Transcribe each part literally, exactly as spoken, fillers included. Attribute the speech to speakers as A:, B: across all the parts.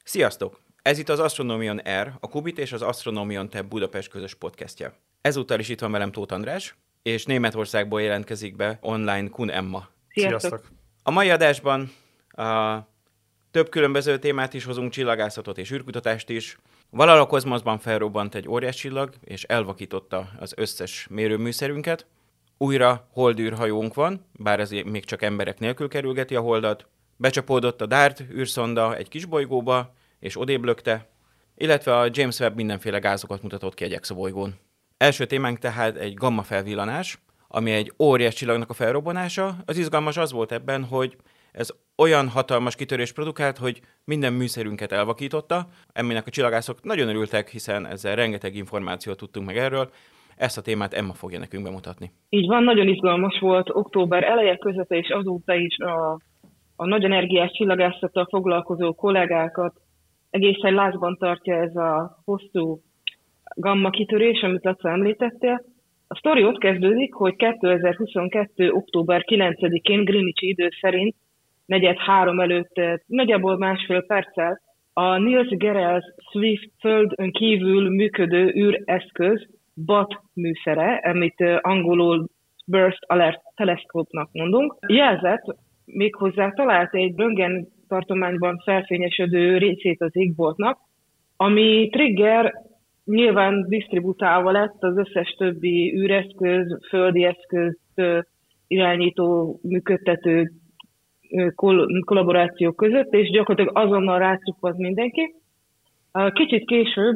A: Sziasztok! Ez itt az Astronomion Air, a Qubit és az Astronomion Tab Budapest közös podcastja. Ezúttal is itt van velem Tóth András, és Németországból jelentkezik be online Kun Emma.
B: Sziasztok!
A: A mai adásban a több különböző témát is hozunk, csillagászatot és űrkutatást is. Valahol a kozmoszban felrobbant egy óriás csillag, és elvakította az összes mérőműszerünket. Újra holdűrhajónk van, bár ez még csak emberek nélkül kerülgeti a holdat. Becsapódott a DART űrszonda egy kis bolygóba, és odébb lökte, illetve a James Webb mindenféle gázokat mutatott ki egy exobolygón. Első témánk tehát egy gamma felvillanás, ami egy óriás csillagnak a felrobbanása. Az izgalmas az volt ebben, hogy ez olyan hatalmas kitörést produkált, hogy minden műszerünket elvakította. Ennek a csillagászok nagyon örültek, hiszen ezzel rengeteg információt tudtunk meg erről. Ezt a témát Emma fogja nekünk bemutatni.
B: Így van, nagyon izgalmas volt október eleje között, és azóta is a, a nagy energiás csillagászattal foglalkozó kollégákat egészen lázban tartja ez a hosszú gamma kitörés, amit Laca említettél. A sztori ott kezdődik, hogy kétezer-huszonkettő. október kilencedikén Greenwich idő szerint negyed három előtt nagyjából másfél perccel a Niels Gehrels Swift földön kívül működő űreszköz bé á té műszere, amit angolul Burst Alert Telescope-nak mondunk, jelzett, méghozzá talált egy röntgen tartományban felfényesedő részét az égboltnak, ami trigger nyilván disztributálva lett az összes többi űreszköz, földi eszközt irányító, működtető kollaborációk között, és gyakorlatilag azonnal rácuppadt mindenki. Kicsit később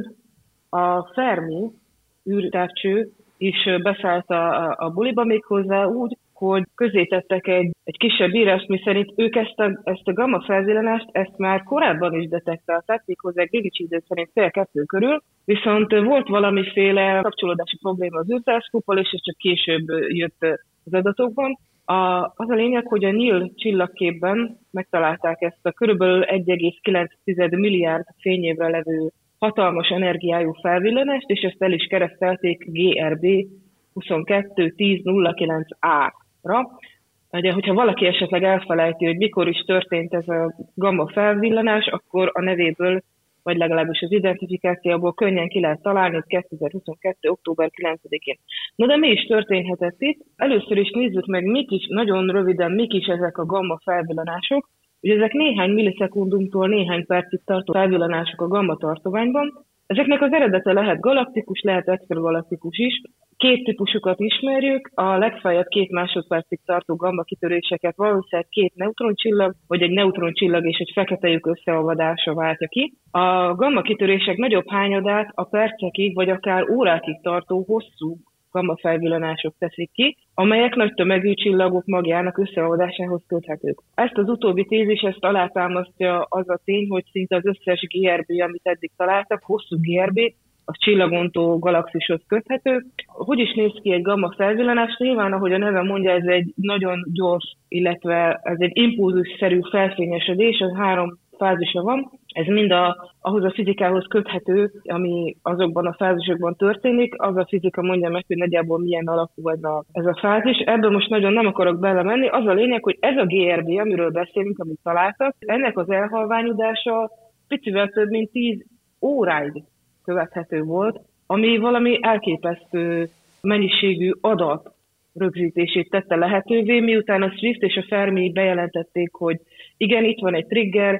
B: a Fermi űrtávcső is beszállt a, a buliba, méghozzá úgy, hogy közzétettek egy, egy kisebb írást, miszerint ők ezt a, ezt a gamma felvillanást, ezt már korábban is detektálták, méghozzá Greenwich idő szerint fél kettő körül, viszont volt valamiféle kapcsolódási probléma az űrteleszkóppal, és ez csak később jött az adatokban. A, az a lényeg, hogy a Nil csillagképben megtalálták ezt a körülbelül egy egész kilenc milliárd fényévre levő hatalmas energiájú felvillanást, és ezt el is keresztelték G R B huszonkettő tíz nulla kilenc A-ra. Ugye, hogyha valaki esetleg elfelejti, hogy mikor is történt ez a gamma felvillanás, akkor a nevéből, vagy legalábbis az identifikációból könnyen ki lehet találni, hogy kétezer-huszonkettő. október kilencedikén. Na de mi is történhetett itt? Először is nézzük meg, mik is, nagyon röviden, mik is ezek a gamma felvillanások. Ugye ezek néhány millisekundumtól néhány percig tartó felvillanások a gamma tartományban. Ezeknek az eredete lehet galaktikus, lehet extragalaktikus is. Két típusukat ismerjük, a legfeljebb két másodpercig tartó gamma kitöréseket valószínűleg két neutroncsillag, vagy egy neutroncsillag és egy fekete lyuk összeolvadása váltja ki. A gamma kitörések nagyobb hányadát a percekig, vagy akár órákig tartó hosszú gamma felvillanások teszik ki, amelyek nagy tömegű csillagok magjának összeolvadásához köthetők. Ezt az utóbbi tézis ezt alátámasztja az a tény, hogy szinte az összes G R B, amit eddig találtak, hosszú G R B, az csillagontó galaxishoz köthető. Hogy is néz ki egy gamma felvillanás? Nyilván, ahogy a neve mondja, ez egy nagyon gyors, illetve ez egy impulzusszerű felfényesedés, ez három fázisa van. Ez mind a, ahhoz a fizikához köthető, ami azokban a fázisokban történik. Az a fizika mondja meg, hogy nagyjából milyen alakú ez a, ez a fázis. Ebből most nagyon nem akarok belemenni. Az a lényeg, hogy ez a G R B, amiről beszélünk, amit találtak, ennek az elhalványudása picivel több mint tíz óráig követhető volt, ami valami elképesztő mennyiségű adat rögzítését tette lehetővé, miután a Swift és a Fermi bejelentették, hogy igen, itt van egy trigger.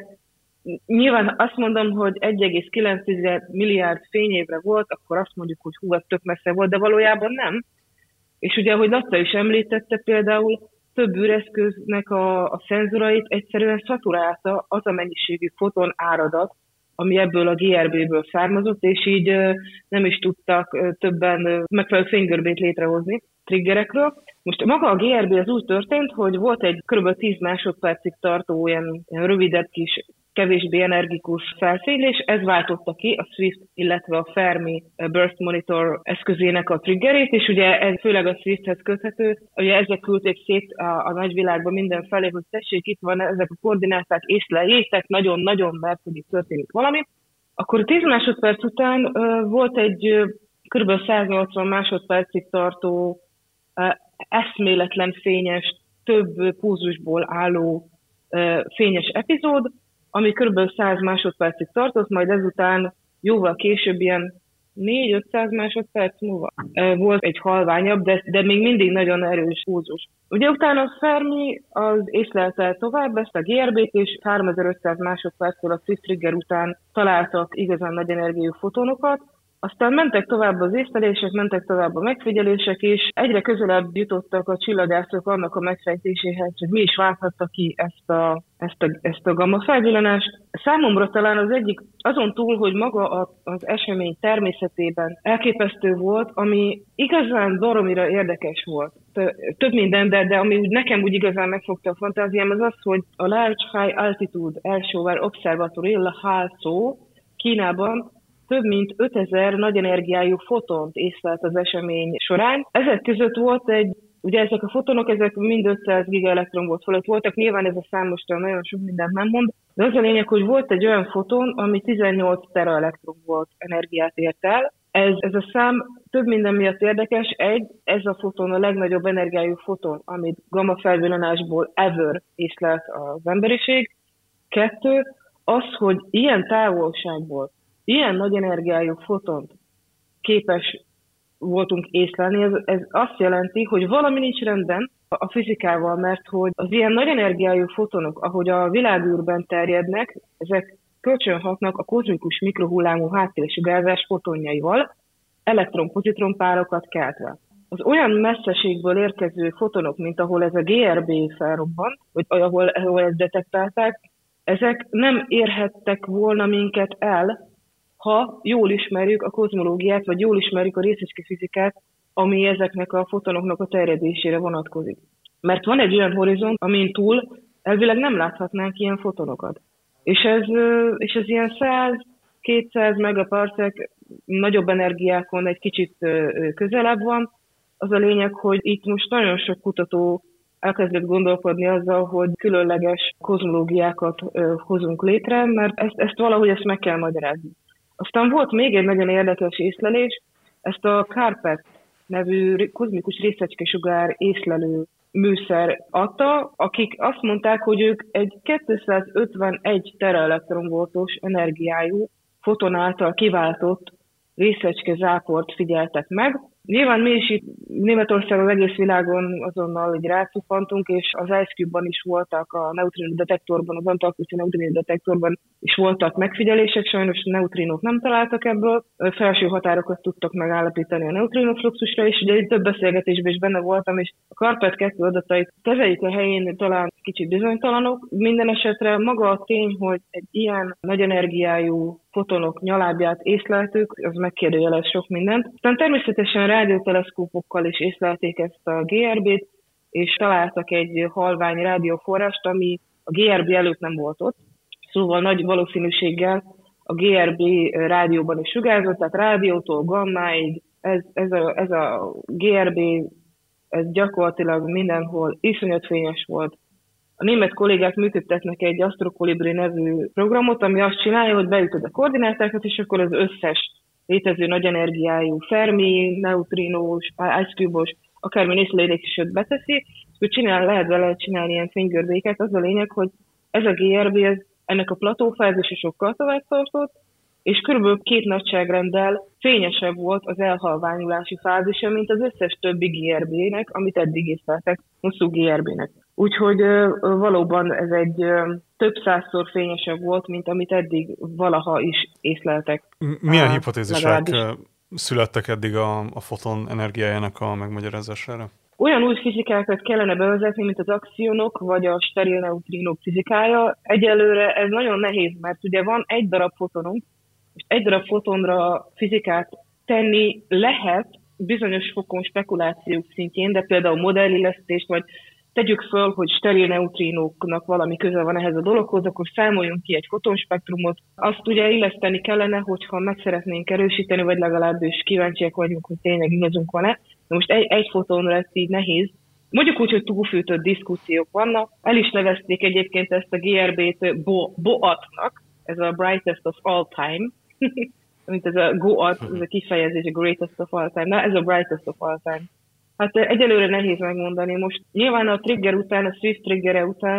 B: Nyilván azt mondom, hogy egy egész kilenc milliárd fényévre volt, akkor azt mondjuk, hogy hú, ez tök messze volt, de valójában nem. És ugye, ahogy Laca is említette, például több űreszköznek a, a szenzorait egyszerűen szaturálta az a mennyiségű foton áradat, ami ebből a G R B-ből származott, és így nem is tudtak többen megfelelő fénygörbét létrehozni triggerekről. Most maga a G R B az úgy történt, hogy volt egy kb. tíz másodpercig tartó ilyen, ilyen rövidebb kis, kevésbé energikus felfénylés, ez váltotta ki a Swift, illetve a Fermi Burst Monitor eszközének a triggerét, és ugye ez főleg a Swifthez köthető, ugye ezek küldték szét a, a nagyvilágban mindenfelé, hogy tessék, itt van ezek a koordináták, észleljétek, nagyon-nagyon, mert hogy itt történik valami. Akkor tíz másodperc után uh, volt egy uh, kb. száznyolcvan másodpercig tartó uh, eszméletlen fényes, több púzusból álló uh, fényes epizód, ami kb. száz másodpercig tartott, majd ezután jóval később ilyen négy-ötszáz másodperc múlva volt egy halványabb, de, de még mindig nagyon erős pulzus. Ugye utána a Fermi az észlelte tovább ezt a gé er bé-t, és háromezer-ötszáz másodperccel a Swift Trigger után találtak igazán nagy energiájú fotonokat. Aztán mentek tovább az észlelések, mentek tovább a megfigyelések, és egyre közelebb jutottak a csillagászok annak a megfejtéséhez, hogy mi is válthatta ki ezt a, ezt a, ezt a gamma felvillanást. Számomra talán az egyik, azon túl, hogy maga az esemény természetében elképesztő volt, ami igazán baromira érdekes volt. Több minden, de, de ami nekem úgy igazán megfogta a fantáziám, az az, hogy a Large High Altitude Air Observatory, a há el es o Kínában több mint ötezer nagy energiájú fotont észlelt az esemény során. Ezek között volt egy, ugye ezek a fotonok, ezek mind ötszáz gigaelektronvolt fölött voltak, nyilván ez a szám most nagyon sok mindent nem mond, de az a lényeg, hogy volt egy olyan foton, ami tizennyolc teraelektronvolt energiát ért el. Ez, ez a szám több minden miatt érdekes. Egy, ez a foton a legnagyobb energiájú foton, amit gamma felvillanásból ever észlelt az emberiség. Kettő, az, hogy ilyen távolságból ilyen nagy energiájú fotont képes voltunk észlelni, ez, ez azt jelenti, hogy valami nincs rendben a fizikával, mert hogy az ilyen nagy energiájú fotonok, ahogy a világűrben terjednek, ezek kölcsönhatnak a kozmikus mikrohullámú háttérsugárzás fotonjaival, elektron-pozitron párokat keltve. Az olyan messzeségből érkező fotonok, mint ahol ez a gé er bé felrobban, vagy ahol, ahol ezt detektálták, ezek nem érhettek volna minket el, ha jól ismerjük a kozmológiát, vagy jól ismerjük a részecskefizikát, ami ezeknek a fotonoknak a terjedésére vonatkozik. Mert van egy olyan horizont, amin túl elvileg nem láthatnánk ilyen fotonokat. És ez, és ez ilyen száz-kétszáz megaparsec nagyobb energiákon egy kicsit közelebb van. Az a lényeg, hogy itt most nagyon sok kutató elkezdett gondolkodni azzal, hogy különleges kozmológiákat hozunk létre, mert ezt, ezt valahogy ezt meg kell magyarázni. Aztán volt még egy nagyon érdekes észlelés, ezt a CARPET nevű kozmikus részecskesugár észlelő műszer adta, akik azt mondták, hogy ők egy kétszázötvenegy teraelektronvoltos energiájú foton által kiváltott részecske záport figyeltek meg. Nyilván mi is itt Németországon, az egész világon azonnal így rácuppantunk, és az IceCube-ban is voltak, a neutrino detektorban, az antarktiszi neutrino detektorban is voltak megfigyelések, sajnos neutrinók nem találtak ebből, felső határokat tudtak megállapítani a neutrinofluxusra, és ugye több beszélgetésben is benne voltam, és a CARPET kettő adatait kezeljük a helyén talán kicsit bizonytalanok. Minden esetre maga a tény, hogy egy ilyen nagy energiájú fotonok nyalábját észleltük, az megkérdőjelez sok mindent. Aztán természetesen rádióteleszkópokkal is észlelték ezt a gé er bé-t, és találtak egy halvány rádióforrást, ami a gé er bé előtt nem volt ott. Szóval nagy valószínűséggel a gé er bé rádióban is sugárzott, tehát rádiótól gammáig, ez, ez, a, ez a gé er bé, ez gyakorlatilag mindenhol iszonyat fényes volt. A német kollégák működtetnek egy AstroColibri nevű programot, ami azt csinálja, hogy beütöd a koordinátákat, és akkor az összes létező nagy energiájú Fermi, neutrinós, IceCube-os, akármilyen észleléseket beteszi, hogy csinál, lehet vele csinálni ilyen fénygörbéket. Az a lényeg, hogy ez a gé er bé, ez, ennek a platófázisa sokkal tovább tartott, és körülbelül két nagyságrenddel fényesebb volt az elhalványulási fázisa, mint az összes többi gé er bé-nek, amit eddig észleltek hosszú gé er bé-nek. Úgyhogy valóban ez egy több százszor fényesebb volt, mint amit eddig valaha is észleltek.
C: Milyen hipotézisek születtek eddig a, a foton energiájának a megmagyarázására?
B: Olyan új fizikákat kellene bevezetni, mint az axionok, vagy a steril neutrinók fizikája. Egyelőre ez nagyon nehéz, mert ugye van egy darab fotonunk, és egy darab fotonra fizikát tenni lehet bizonyos fokon spekulációk szintjén, de például modellillesztést, vagy tegyük föl, hogy steril neutrinóknak valami köze van ehhez a dologhoz, akkor számoljunk ki egy fotonspektrumot. Azt ugye illeszteni kellene, hogyha meg szeretnénk erősíteni, vagy legalábbis kíváncsiak vagyunk, hogy tényleg igazunk van-e. De most egy, egy fotonra ez így nehéz. Mondjuk úgy, hogy túlfűtött diszkúciók vannak. El is nevezték egyébként ezt a gé er bé-t Bo- boatnak, ez a brightest of all time, mint ez a goat, ez a kifejezés, a greatest of all time. Na, ez a brightest of all time. Hát egyelőre nehéz megmondani. Most nyilván a trigger után, a Swift triggere után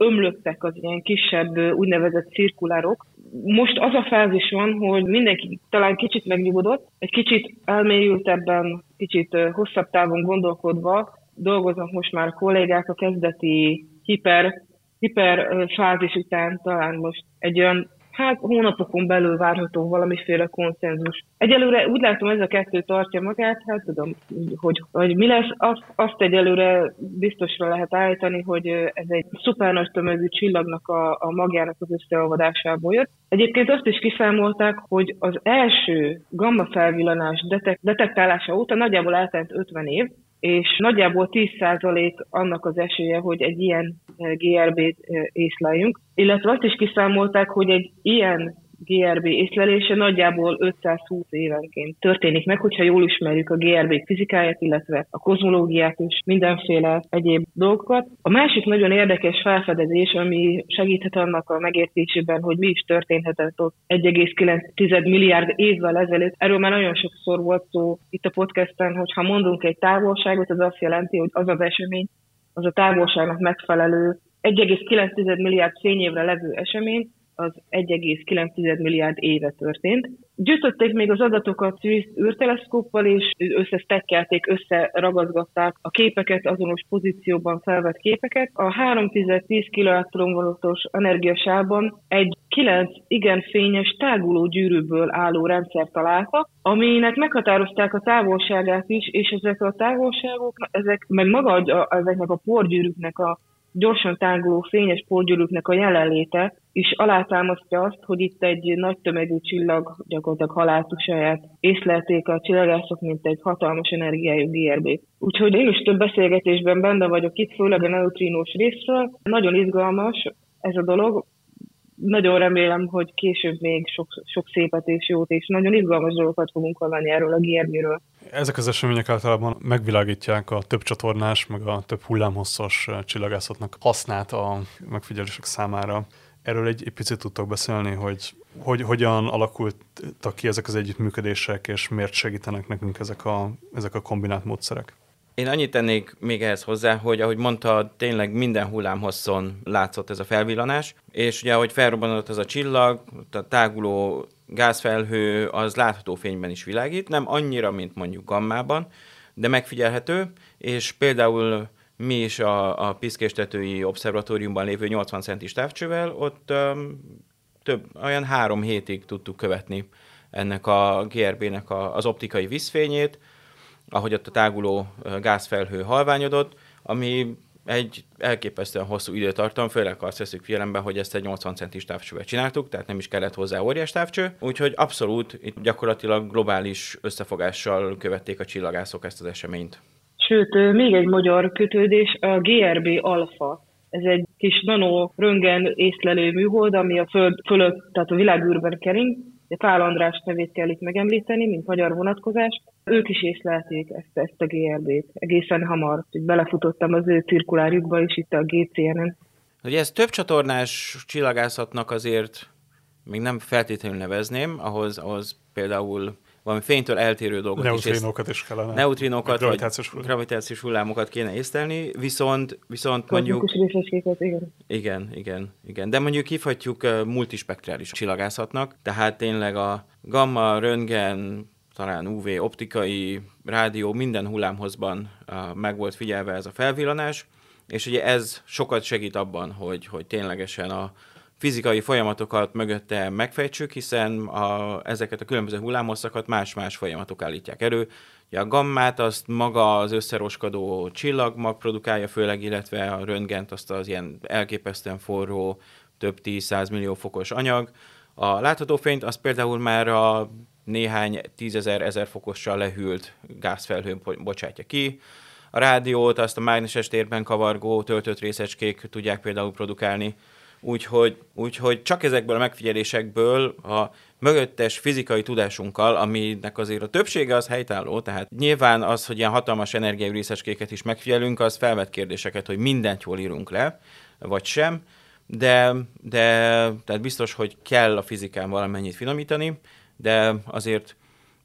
B: ömlöttek az ilyen kisebb úgynevezett cirkulárok. Most az a fázis van, hogy mindenki talán kicsit megnyugodott, egy kicsit elmélyültebben, kicsit hosszabb távon gondolkodva dolgoznak most már a kollégák a kezdeti hiper, hiper fázis után, talán most egy olyan hát hónapokon belül várható valamiféle konszenzus. Egyelőre úgy látom, ez a kettő tartja magát, hát tudom, hogy, hogy mi lesz, azt, azt egyelőre biztosra lehet állítani, hogy ez egy szuper nagy tömegű csillagnak a, a magjának az összeolvadásából jött. Egyébként azt is kiszámolták, hogy az első gamma felvillanás detek, detektálása óta nagyjából eltelt ötven év, és nagyjából tíz százalék annak az esélye, hogy egy ilyen gé er bé-t észleljünk. Illetve azt is kiszámolták, hogy egy ilyen gé er bé észlelése nagyjából ötszázhúsz évenként történik meg, hogyha jól ismerjük a gé er bé fizikáját, illetve a kozmológiát és mindenféle egyéb dolgokat. A másik nagyon érdekes felfedezés, ami segíthet annak a megértésében, hogy mi is történhetett ott egy egész kilenc milliárd évvel ezelőtt. Erről már nagyon sokszor volt szó itt a podcasten, hogy ha mondunk egy távolságot, az azt jelenti, hogy az az esemény, az a távolságnak megfelelő egy egész kilenc milliárd fényévre levő esemény, az egy egész kilenc milliárd éve történt. Gyűjtötték még az adatokat űrteleszkóppal, és összesztekkelték, összeragazgatták a képeket, azonos pozícióban felvett képeket. A három egész tíz kiloelektronvoltos energiasában egy kilenc igen fényes táguló gyűrűből álló rendszer találtak, aminek meghatározták a távolságát is, és ezek a távolságok, ezek meg maga a, ezeknek a porgyűrűknek a gyorsan táguló fényes porgyűrűknek a jelenléte is alátámasztja azt, hogy itt egy nagy tömegű csillag, gyakorlatilag haláltusaját észlelték a csillagászok, mint egy hatalmas energiájú gé er bé. Úgyhogy én is több beszélgetésben benne vagyok itt, főleg a neutrínós részről. Nagyon izgalmas ez a dolog. Nagyon remélem, hogy később még sok, sok szépet és jót, és nagyon izgalmas dolgokat fogunk hallani erről a gé er bé-ről.
C: Ezek az események általában megvilágítják a több csatornás, meg a több hullámhosszas csillagászatnak hasznát a megfigyelések számára. Erről egy, egy picit tudtok beszélni, hogy, hogy hogyan alakultak ki ezek az együttműködések, és miért segítenek nekünk ezek a, ezek a kombinált módszerek?
A: Én annyit tennék még ehhez hozzá, hogy ahogy mondta, tényleg minden hullámhosszon látszott ez a felvillanás, és ugye ahogy felrobbanott ez a csillag, a táguló gázfelhő az látható fényben is világít, nem annyira, mint mondjuk gammában, de megfigyelhető, és például mi is a, a Piszkéstetői Obszervatóriumban lévő nyolcvan centis távcsővel, ott um, több, olyan három hétig tudtuk követni ennek a gé er bé-nek a, az optikai vízfényét, ahogy ott a táguló gázfelhő halványodott, ami egy elképesztően hosszú időtartam, főleg azt veszük figyelembe, hogy ezt egy nyolcvan centis távcsővel csináltuk, tehát nem is kellett hozzá óriás távcső, úgyhogy abszolút itt gyakorlatilag globális összefogással követték a csillagászok ezt az eseményt.
B: Sőt, még egy magyar kötődés, a gé er bé Alpha. Ez egy kis nano röntgen észlelő műhold, ami a Föld fölött, tehát a világűrben kering. Pál András nevét kell itt megemlíteni, mint magyar vonatkozás. Ők is észlelték ezt, ezt a gé er bé-t egészen hamar. Belefutottam az ő cirkulárjukba is itt a gé cé en en.
A: Ugye ez több csatornás csillagászatnak azért még nem feltétlenül nevezném, ahhoz, ahhoz például valami fénytől eltérő dolgot
C: Neutrinókat is, is kellene.
A: Neutrinókat, vagy
C: gravitációs,
A: gravitációs hullámokat kéne észlelni, viszont, viszont mondjuk...
B: igen.
A: Igen, igen, igen. De mondjuk hívhatjuk uh, multispektrális csillagászatnak, tehát tényleg a gamma, röntgen, talán ú vé, optikai, rádió, minden hullámhozban uh, meg volt figyelve ez a felvillanás, és ugye ez sokat segít abban, hogy, hogy ténylegesen a fizikai folyamatokat mögötte megfejtsük, hiszen a, ezeket a különböző hullámhosszakat más-más folyamatok állítják elő. Ugye a gammát azt maga az összeroskadó csillagmag produkálja főleg, illetve a röntgent azt az ilyen elképesztően forró, több tíz-száz millió fokos anyag. A látható fényt azt például már a néhány tízezer-ezer fokossal lehűlt gázfelhőn bocsátja ki. A rádiót azt a mágneses térben kavargó töltött részecskék tudják például produkálni. Úgyhogy, úgyhogy csak ezekből a megfigyelésekből a mögöttes fizikai tudásunkkal, aminek azért a többsége az helytálló, tehát nyilván az, hogy ilyen hatalmas energiájú részecskéket is megfigyelünk, az felvet kérdéseket, hogy mindent jól írunk le, vagy sem, de, de tehát biztos, hogy kell a fizikán valamennyit finomítani, de azért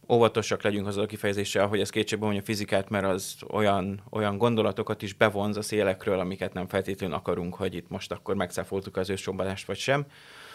A: óvatosak legyünk azzal a kifejezéssel, hogy ez kétségbe vonja a fizikát, mert az olyan, olyan gondolatokat is bevonz a szélekről, amiket nem feltétlenül akarunk, hogy itt most akkor megszáfoltuk az ősrobbanást, vagy sem.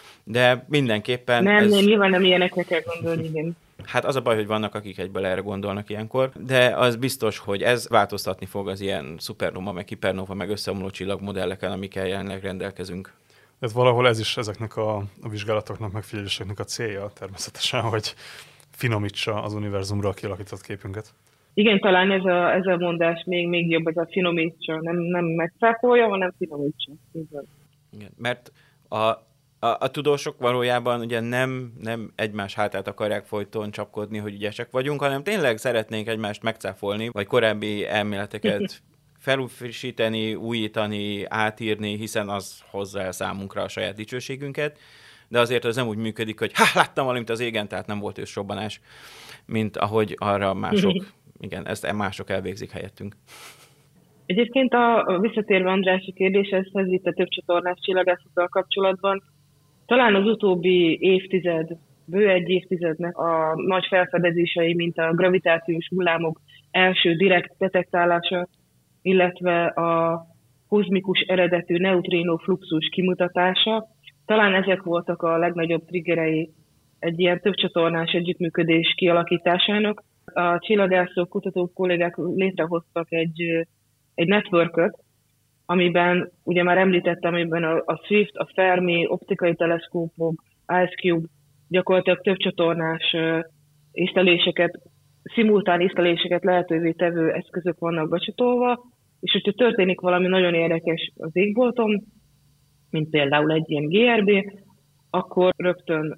A: De mindenképpen...
B: Nem,
A: ez...
B: nem, nyilván nem ilyenekre kell gondolni, igen.
A: Hát az a baj, hogy vannak, akik egyből erre gondolnak ilyenkor, de az biztos, hogy ez változtatni fog az ilyen szupernova, meg hipernova, meg összeomló csillagmodelleken, amikkel jelenleg rendelkezünk.
C: Ez valahol ez is ezeknek a, a vizsgálatoknak, megfigyeléseknek a célja természetesen, hogy finomítsa az univerzumról kialakított képünket.
B: Igen, talán ez a, ez a mondás még, még jobb, ez a finomítsa, nem, nem megszáfolja, hanem finomítsa.
A: Igen, mert a, a, a tudósok valójában ugye nem, nem egymás hátát akarják folyton csapkodni, hogy ügyesek vagyunk, hanem tényleg szeretnénk egymást megcáfolni, vagy korábbi elméleteket felfrissíteni, újítani, átírni, hiszen az hozza el számunkra a saját dicsőségünket, de azért ez nem úgy működik, hogy ha, láttam valamit az égen, tehát nem volt ősrobbanás, mint ahogy arra mások, igen, ezt mások elvégzik helyettünk.
B: Egyébként a visszatérve Andrási kérdéshez, itt a több csatornás csillagászattal kapcsolatban, talán az utóbbi évtized, bő egy évtizednek a nagy felfedezései, mint a gravitációs hullámok első direkt detektálása, illetve a kozmikus eredetű neutrino fluxus kimutatása, talán ezek voltak a legnagyobb triggerei egy ilyen többcsatornás együttműködés kialakításának. A csillagászok, kutatók, kollégák létrehoztak egy, egy networköt, amiben, ugye már említettem, amiben a, a Swift, a Fermi, optikai teleszkópok, IceCube gyakorlatilag többcsatornás észleléseket, szimultán észleléseket lehetővé tevő eszközök vannak becsatolva, és hogyha történik valami nagyon érdekes az égbolton, mint például egy ilyen gé er bé, akkor rögtön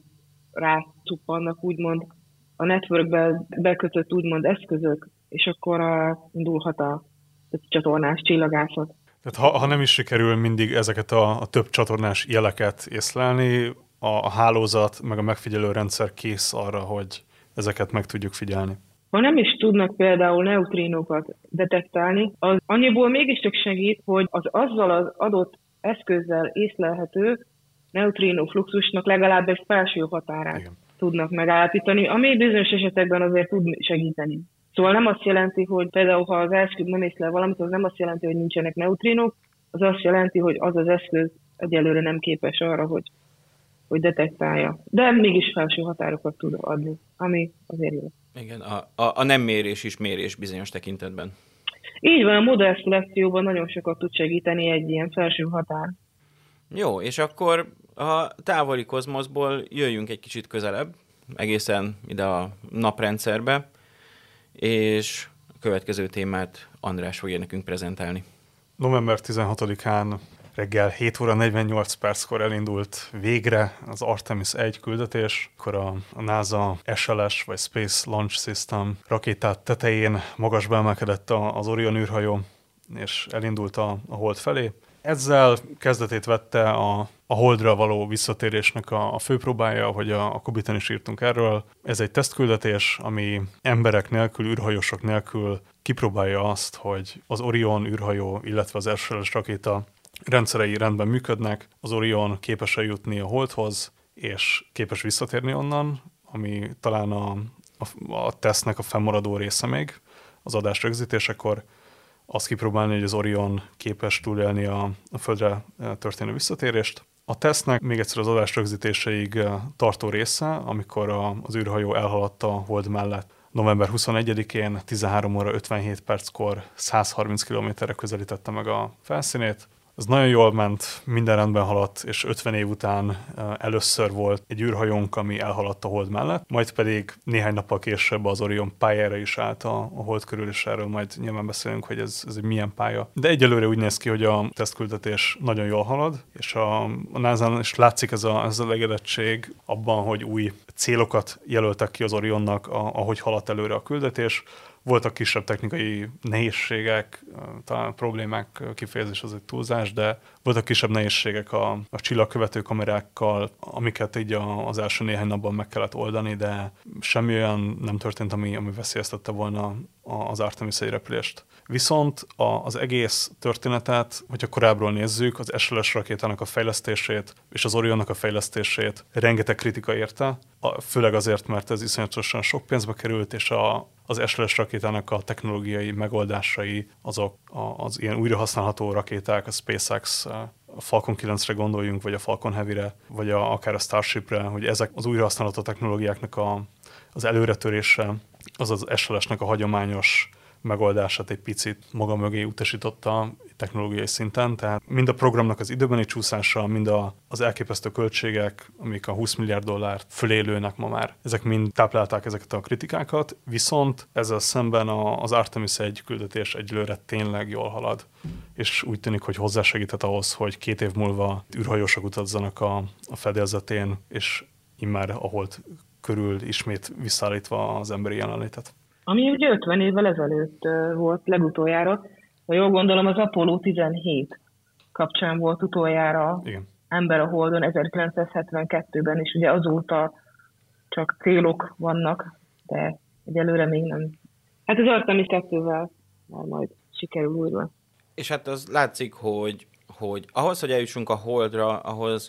B: rácuppannak úgymond a networkbe bekötött úgymond eszközök, és akkor a, indulhat a csatornás csillagászat.
C: Tehát ha, ha nem is sikerül mindig ezeket a, a több csatornás jeleket észlelni, a, a hálózat meg a megfigyelő rendszer kész arra, hogy ezeket meg tudjuk figyelni.
B: Ha nem is tudnak például neutrinókat detektálni, az annyiból mégiscsak segít, hogy az azzal az adott eszközzel észlelhető neutrino fluxusnak legalább egy felső határát Igen. tudnak megállapítani, ami bizonyos esetekben azért tud segíteni. Szóval nem azt jelenti, hogy például ha az eszköz nem észlel valamit, az nem azt jelenti, hogy nincsenek neutrinok, az azt jelenti, hogy az az eszköz egyelőre nem képes arra, hogy, hogy detektálja. De mégis felső határokat tud adni, ami azért jó.
A: Igen, a, a, a nem mérés is mérés bizonyos tekintetben.
B: Így van, a modellszelekcióban nagyon sokat tud segíteni egy ilyen felső határ.
A: Jó, és akkor a távoli kozmoszból jöjjünk egy kicsit közelebb, egészen ide a naprendszerbe, és a következő témát András fogja nekünk prezentálni.
C: november tizenhatodikán reggel hét óra negyvennyolc perckor elindult végre az Artemis egy küldetés, akkor a, a NASA es el es vagy Space Launch System rakétát tetején magasba emelkedett az Orion űrhajó, és elindult a, a Hold felé. Ezzel kezdetét vette a, a Holdra való visszatérésnek a, a főpróbája, hogy a, a Kobiten is írtunk erről. Ez egy tesztküldetés, ami emberek nélkül, űrhajósok nélkül kipróbálja azt, hogy az Orion űrhajó, illetve az es el es rakéta rendszerei rendben működnek, az Orion képes eljutni a Holdhoz, és képes visszatérni onnan, ami talán a, a, a tesztnek a fennmaradó része még az adás rögzítésekor, azt kipróbálni, hogy az Orion képes túlélni a, a Földre történő visszatérést. A tesztnek még egyszer az adás rögzítéseig tartó része, amikor a, az űrhajó elhaladt a Hold mellett. november huszonegyedikén tizenhárom óra ötvenhét perckor százharminc kilométerre közelítette meg a felszínét. Ez nagyon jól ment, minden rendben haladt, és ötven év után először volt egy űrhajónk, ami elhaladt a Hold mellett, majd pedig néhány nappal később az Orion pályára is állt a, a Hold körül, és erről majd nyilván beszélünk, hogy ez, ez egy milyen pálya. De egyelőre úgy néz ki, hogy a tesztküldetés nagyon jól halad, és a, a násán is látszik ez a, ez a elégedettség abban, hogy új célokat jelöltek ki az Orionnak, a, ahogy haladt előre a küldetés. Voltak kisebb technikai nehézségek, talán problémák kifejezés az egy túlzás, de voltak kisebb nehézségek a, a csillagkövető kamerákkal, amiket így a, az első néhány napban meg kellett oldani, de semmi olyan nem történt, ami, ami veszélyeztette volna az Artemis egy repülést. Viszont a, az egész történetet, hogyha korábbról nézzük, az es el es rakétának a fejlesztését és az Orionnak a fejlesztését rengeteg kritika érte, a, főleg azért, mert ez iszonyatosan sok pénzbe került, és a, az es el es rakétának a technológiai megoldásai, azok a, az ilyen újrahasználható rakéták, a SpaceX, a Falcon kilencre gondoljunk, vagy a Falcon Heavy-re, vagy a, akár a Starship-re, hogy ezek az újrahasználható technológiáknak a, az előretörése, az az es el es-nek a hagyományos megoldását egy picit maga mögé utasította technológiai szinten, tehát mind a programnak az időbeni csúszása, mind a, az elképesztő költségek, amik a húsz milliárd dollárt fölé lőnek ma már, ezek mind táplálták ezeket a kritikákat, viszont ezzel szemben a, az Artemis egy küldetés egyelőre tényleg jól halad, és úgy tűnik, hogy hozzásegített ahhoz, hogy két év múlva űrhajósok utazzanak a, a fedélzetén, és immár a Hold körül ismét visszaállítva az emberi jelenlétet.
B: Ami ugye ötven évvel ezelőtt volt legutoljára, ha jól gondolom, az Apollo tizenhét kapcsán volt utoljára
C: Igen.
B: ember a Holdon ezerkilencszázhetvenkettőben, és ugye azóta csak célok vannak, de egyelőre még nem. Hát az Artemis kettővel már majd sikerül újra.
A: És hát az látszik, hogy, hogy ahhoz, hogy eljussunk a Holdra, ahhoz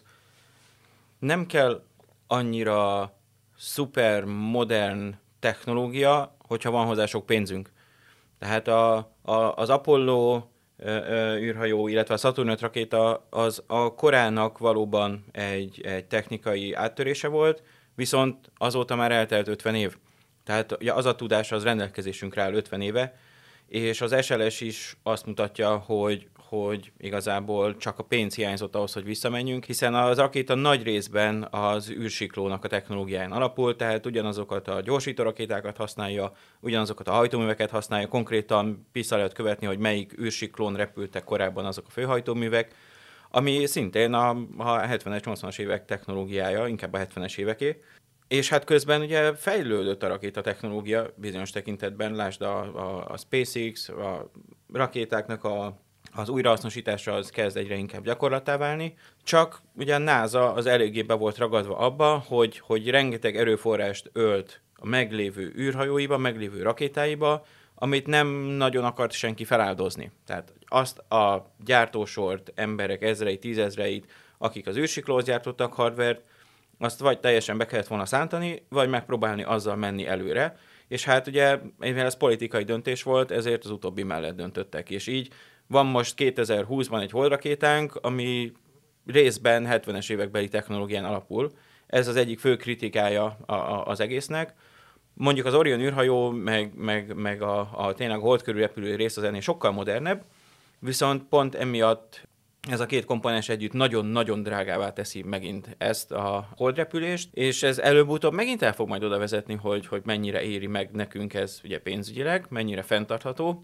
A: nem kell annyira szuper modern technológia, hogyha van hozzá sok pénzünk. Tehát a, a, az Apollo ö, ö, űrhajó, illetve a Saturn öt rakéta az a korának valóban egy, egy technikai áttörése volt, viszont azóta már eltelt ötven év. Tehát ja, az a tudás az rendelkezésünkre áll ötven éve, és az es el es is azt mutatja, hogy, hogy igazából csak a pénz hiányzott ahhoz, hogy visszamenjünk, hiszen az rakéta nagy részben az űrsiklónak a technológiáján alapul, tehát ugyanazokat a gyorsító rakétákat használja, ugyanazokat a hajtóműveket használja, konkrétan vissza lehet követni, hogy melyik űrsiklón repültek korábban azok a főhajtóművek, ami szintén a, a hetvenes, nyolcvanas évek technológiája, inkább a hetvenes éveké. És hát közben ugye fejlődött a rakéta technológia bizonyos tekintetben, lásd a, a, a SpaceX, a rakétáknak a, az újrahasznosítása az kezd egyre inkább gyakorlattá válni, csak ugye a NASA az eléggé be volt ragadva abba, hogy, hogy rengeteg erőforrást ölt a meglévő űrhajóiba, meglévő rakétáiba, amit nem nagyon akart senki feláldozni. Tehát azt a gyártósort, emberek ezreit, tízezreit, akik az űrsiklóhoz gyártottak hardvert, azt vagy teljesen be kellett volna szántani, vagy megpróbálni azzal menni előre. És hát ugye, mivel ez politikai döntés volt, ezért az utóbbi mellett döntöttek. És így van most kétezer-húszban egy holdrakétánk, ami részben hetvenes évekbeli technológián alapul. Ez az egyik fő kritikája a, a, az egésznek. Mondjuk az Orion űrhajó, meg, meg, meg a, a tényleg a hold körül repülő rész az ennél sokkal modernebb, viszont pont emiatt ez a két komponens együtt nagyon-nagyon drágává teszi megint ezt a holdrepülést, és ez előbb-utóbb megint el fog majd oda vezetni, hogy, hogy mennyire éri meg nekünk ez ugye pénzügyileg, mennyire fenntartható.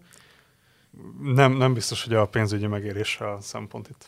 C: Nem, nem biztos, hogy a pénzügyi megérés a szempont itt.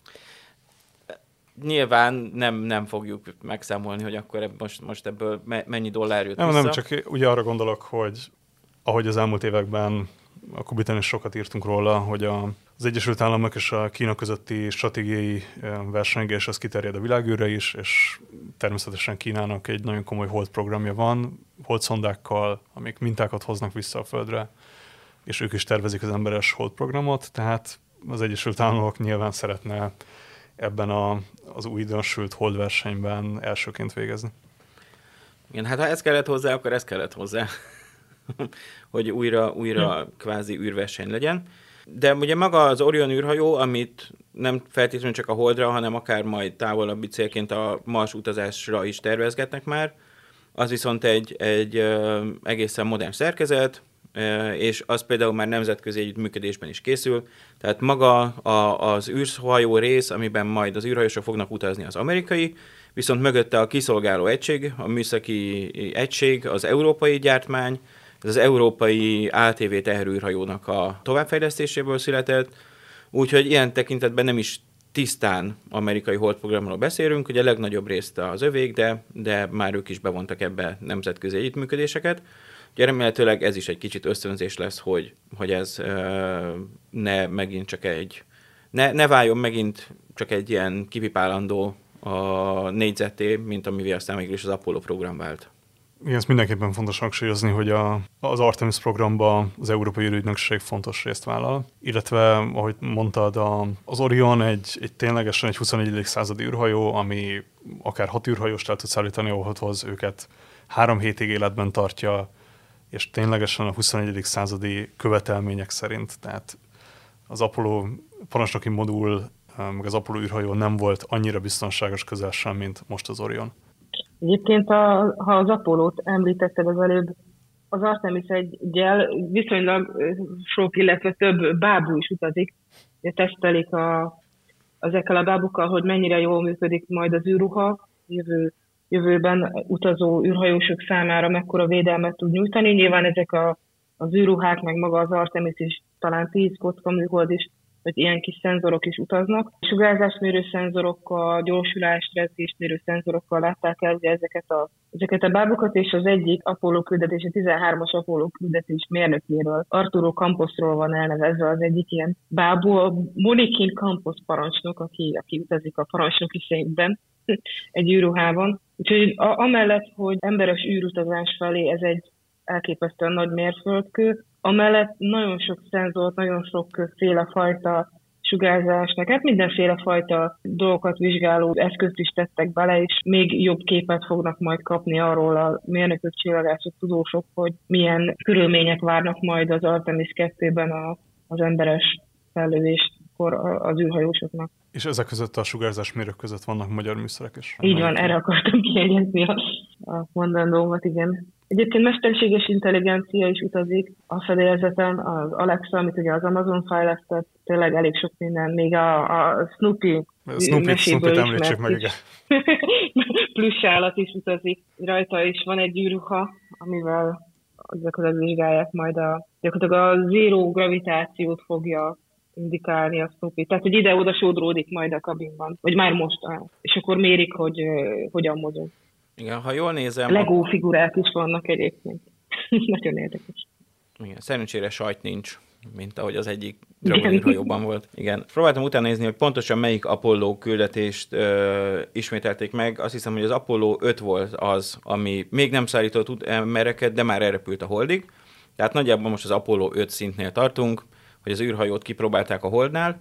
A: Nyilván nem, nem fogjuk megszámolni, hogy akkor most, most ebből mennyi dollár jött
C: nem,
A: vissza.
C: Nem, csak ugye arra gondolok, hogy ahogy az elmúlt években a Kubiten is sokat írtunk róla, hogy a, az Egyesült Államok és a Kína közötti stratégiai versengés az kiterjed a világűrre is, és természetesen Kínának egy nagyon komoly hold programja van, holdszondákkal, amik mintákat hoznak vissza a Földre, és ők is tervezik az emberes hold programot, tehát az Egyesült Államok nyilván szeretne ebben a, az újdonsült hold versenyben elsőként végezni.
A: Igen, hát ha ez kellett hozzá, akkor ez kellett hozzá, hogy újra, újra kvázi űrverseny legyen. De ugye maga az Orion űrhajó, amit nem feltétlenül csak a Holdra, hanem akár majd távolabbi célként a Mars utazásra is tervezgetnek már, az viszont egy, egy ö, egészen modern szerkezet, ö, és az például már nemzetközi együttműködésben is készül. Tehát maga a, az űrhajó rész, amiben majd az űrhajósok fognak utazni, az amerikai, viszont mögötte a kiszolgáló egység, a műszaki egység, az európai gyártmány, ez az európai á té vé teherűrhajónak a továbbfejlesztéséből született, úgyhogy ilyen tekintetben nem is tisztán amerikai holdprogramról beszélünk, ugye a legnagyobb részt az övék, de, de már ők is bevontak ebbe nemzetközi együttműködéseket. Ugye remélhetőleg ez is egy kicsit ösztönzés lesz, hogy, hogy ez ne megint csak egy, ne, ne váljon megint csak egy ilyen kipipálandó a négyzeté, mint amivel aztán mégis az Apollo program vált.
C: Igen, ez mindenképpen fontos hangsúlyozni, hogy a, az Artemis programba az Európai űrügynökség fontos részt vállal, illetve, ahogy mondtad, a, az Orion egy, egy ténylegesen egy huszonegyedik századi űrhajó, ami akár hat űrhajóst el tud szállítani, ahhoz őket három hétig életben tartja, és ténylegesen a huszonegyedik századi követelmények szerint, tehát az Apollo parancsnoki modul, meg az Apollo űrhajó nem volt annyira biztonságos közel sem, mint most az Orion.
B: Egyébként, a, ha az Apollót említetted az előbb, az Artemis egyel viszonylag sok, illetve több bábú is utazik, de tesztelik a, ezekkel a bábukkal, hogy mennyire jól működik majd az űrruha, jövő, jövőben utazó űrhajósok számára mekkora védelmet tud nyújtani. Nyilván ezek a, az űrruhák, meg maga az Artemis is, talán tíz kocka műhold is, hogy ilyen kis szenzorok is utaznak. Sugárzásmérő szenzorokkal, gyorsulás, rezgésmérő szenzorokkal látták el ezeket a, ezeket a bábukat, és az egyik Apollo küldetés, a tizenhármas Apollo küldetés mérnökéről, Arturo Camposról van elnevezve az egyik ilyen bábú, a Monikin Campos parancsnok, aki, aki utazik a parancsnoki székben egy űrruhában. Úgyhogy a, amellett, hogy emberes űrutazás felé ez egy elképesztően nagy mérföldkő, amellett nagyon sok szenzort, nagyon sokféle fajta sugárzásnak, hát mindenféle fajta dolgokat vizsgáló eszközt is tettek bele, és még jobb képet fognak majd kapni arról a mérnökök, csillagászok, tudósok, hogy milyen körülmények várnak majd az Artemis kettőben a, az emberes fellövéskor az űrhajósoknak.
C: És ezek között a sugárzásmérők között vannak magyar műszerek is?
B: Így van, erre akartam kiegyezni a, a mondandómat, igen. Egyébként mesterséges intelligencia is utazik a fedélzeten, az Alexa, amit ugye az Amazon fejlesztett, tényleg elég sok minden, még a, a Snoopy
C: Snoopy-t említsük meg, igen.
B: Plusz állat is utazik, rajta is van egy űrruha, amivel gyakorlatilag vizsgálják majd a, gyakorlatilag a zéró gravitációt fogja indikálni a Snoopy. Tehát, hogy ide-oda sodródik majd a kabinban, vagy már most, és akkor mérik, hogy uh, hogyan mozog.
A: Igen, ha jól nézem...
B: Lego figurák is vannak egyébként. Nagyon érdekes.
A: Igen, szerencsére sajt nincs, mint ahogy az egyik Dragon volt. Igen. Próbáltam utána nézni, hogy pontosan melyik Apollo küldetést ö, ismételték meg. Azt hiszem, hogy az Apollo öt volt az, ami még nem szállított embereket, de már elrepült a Holdig. Tehát nagyjából most az Apollo öt szintnél tartunk, hogy az űrhajót kipróbálták a Holdnál.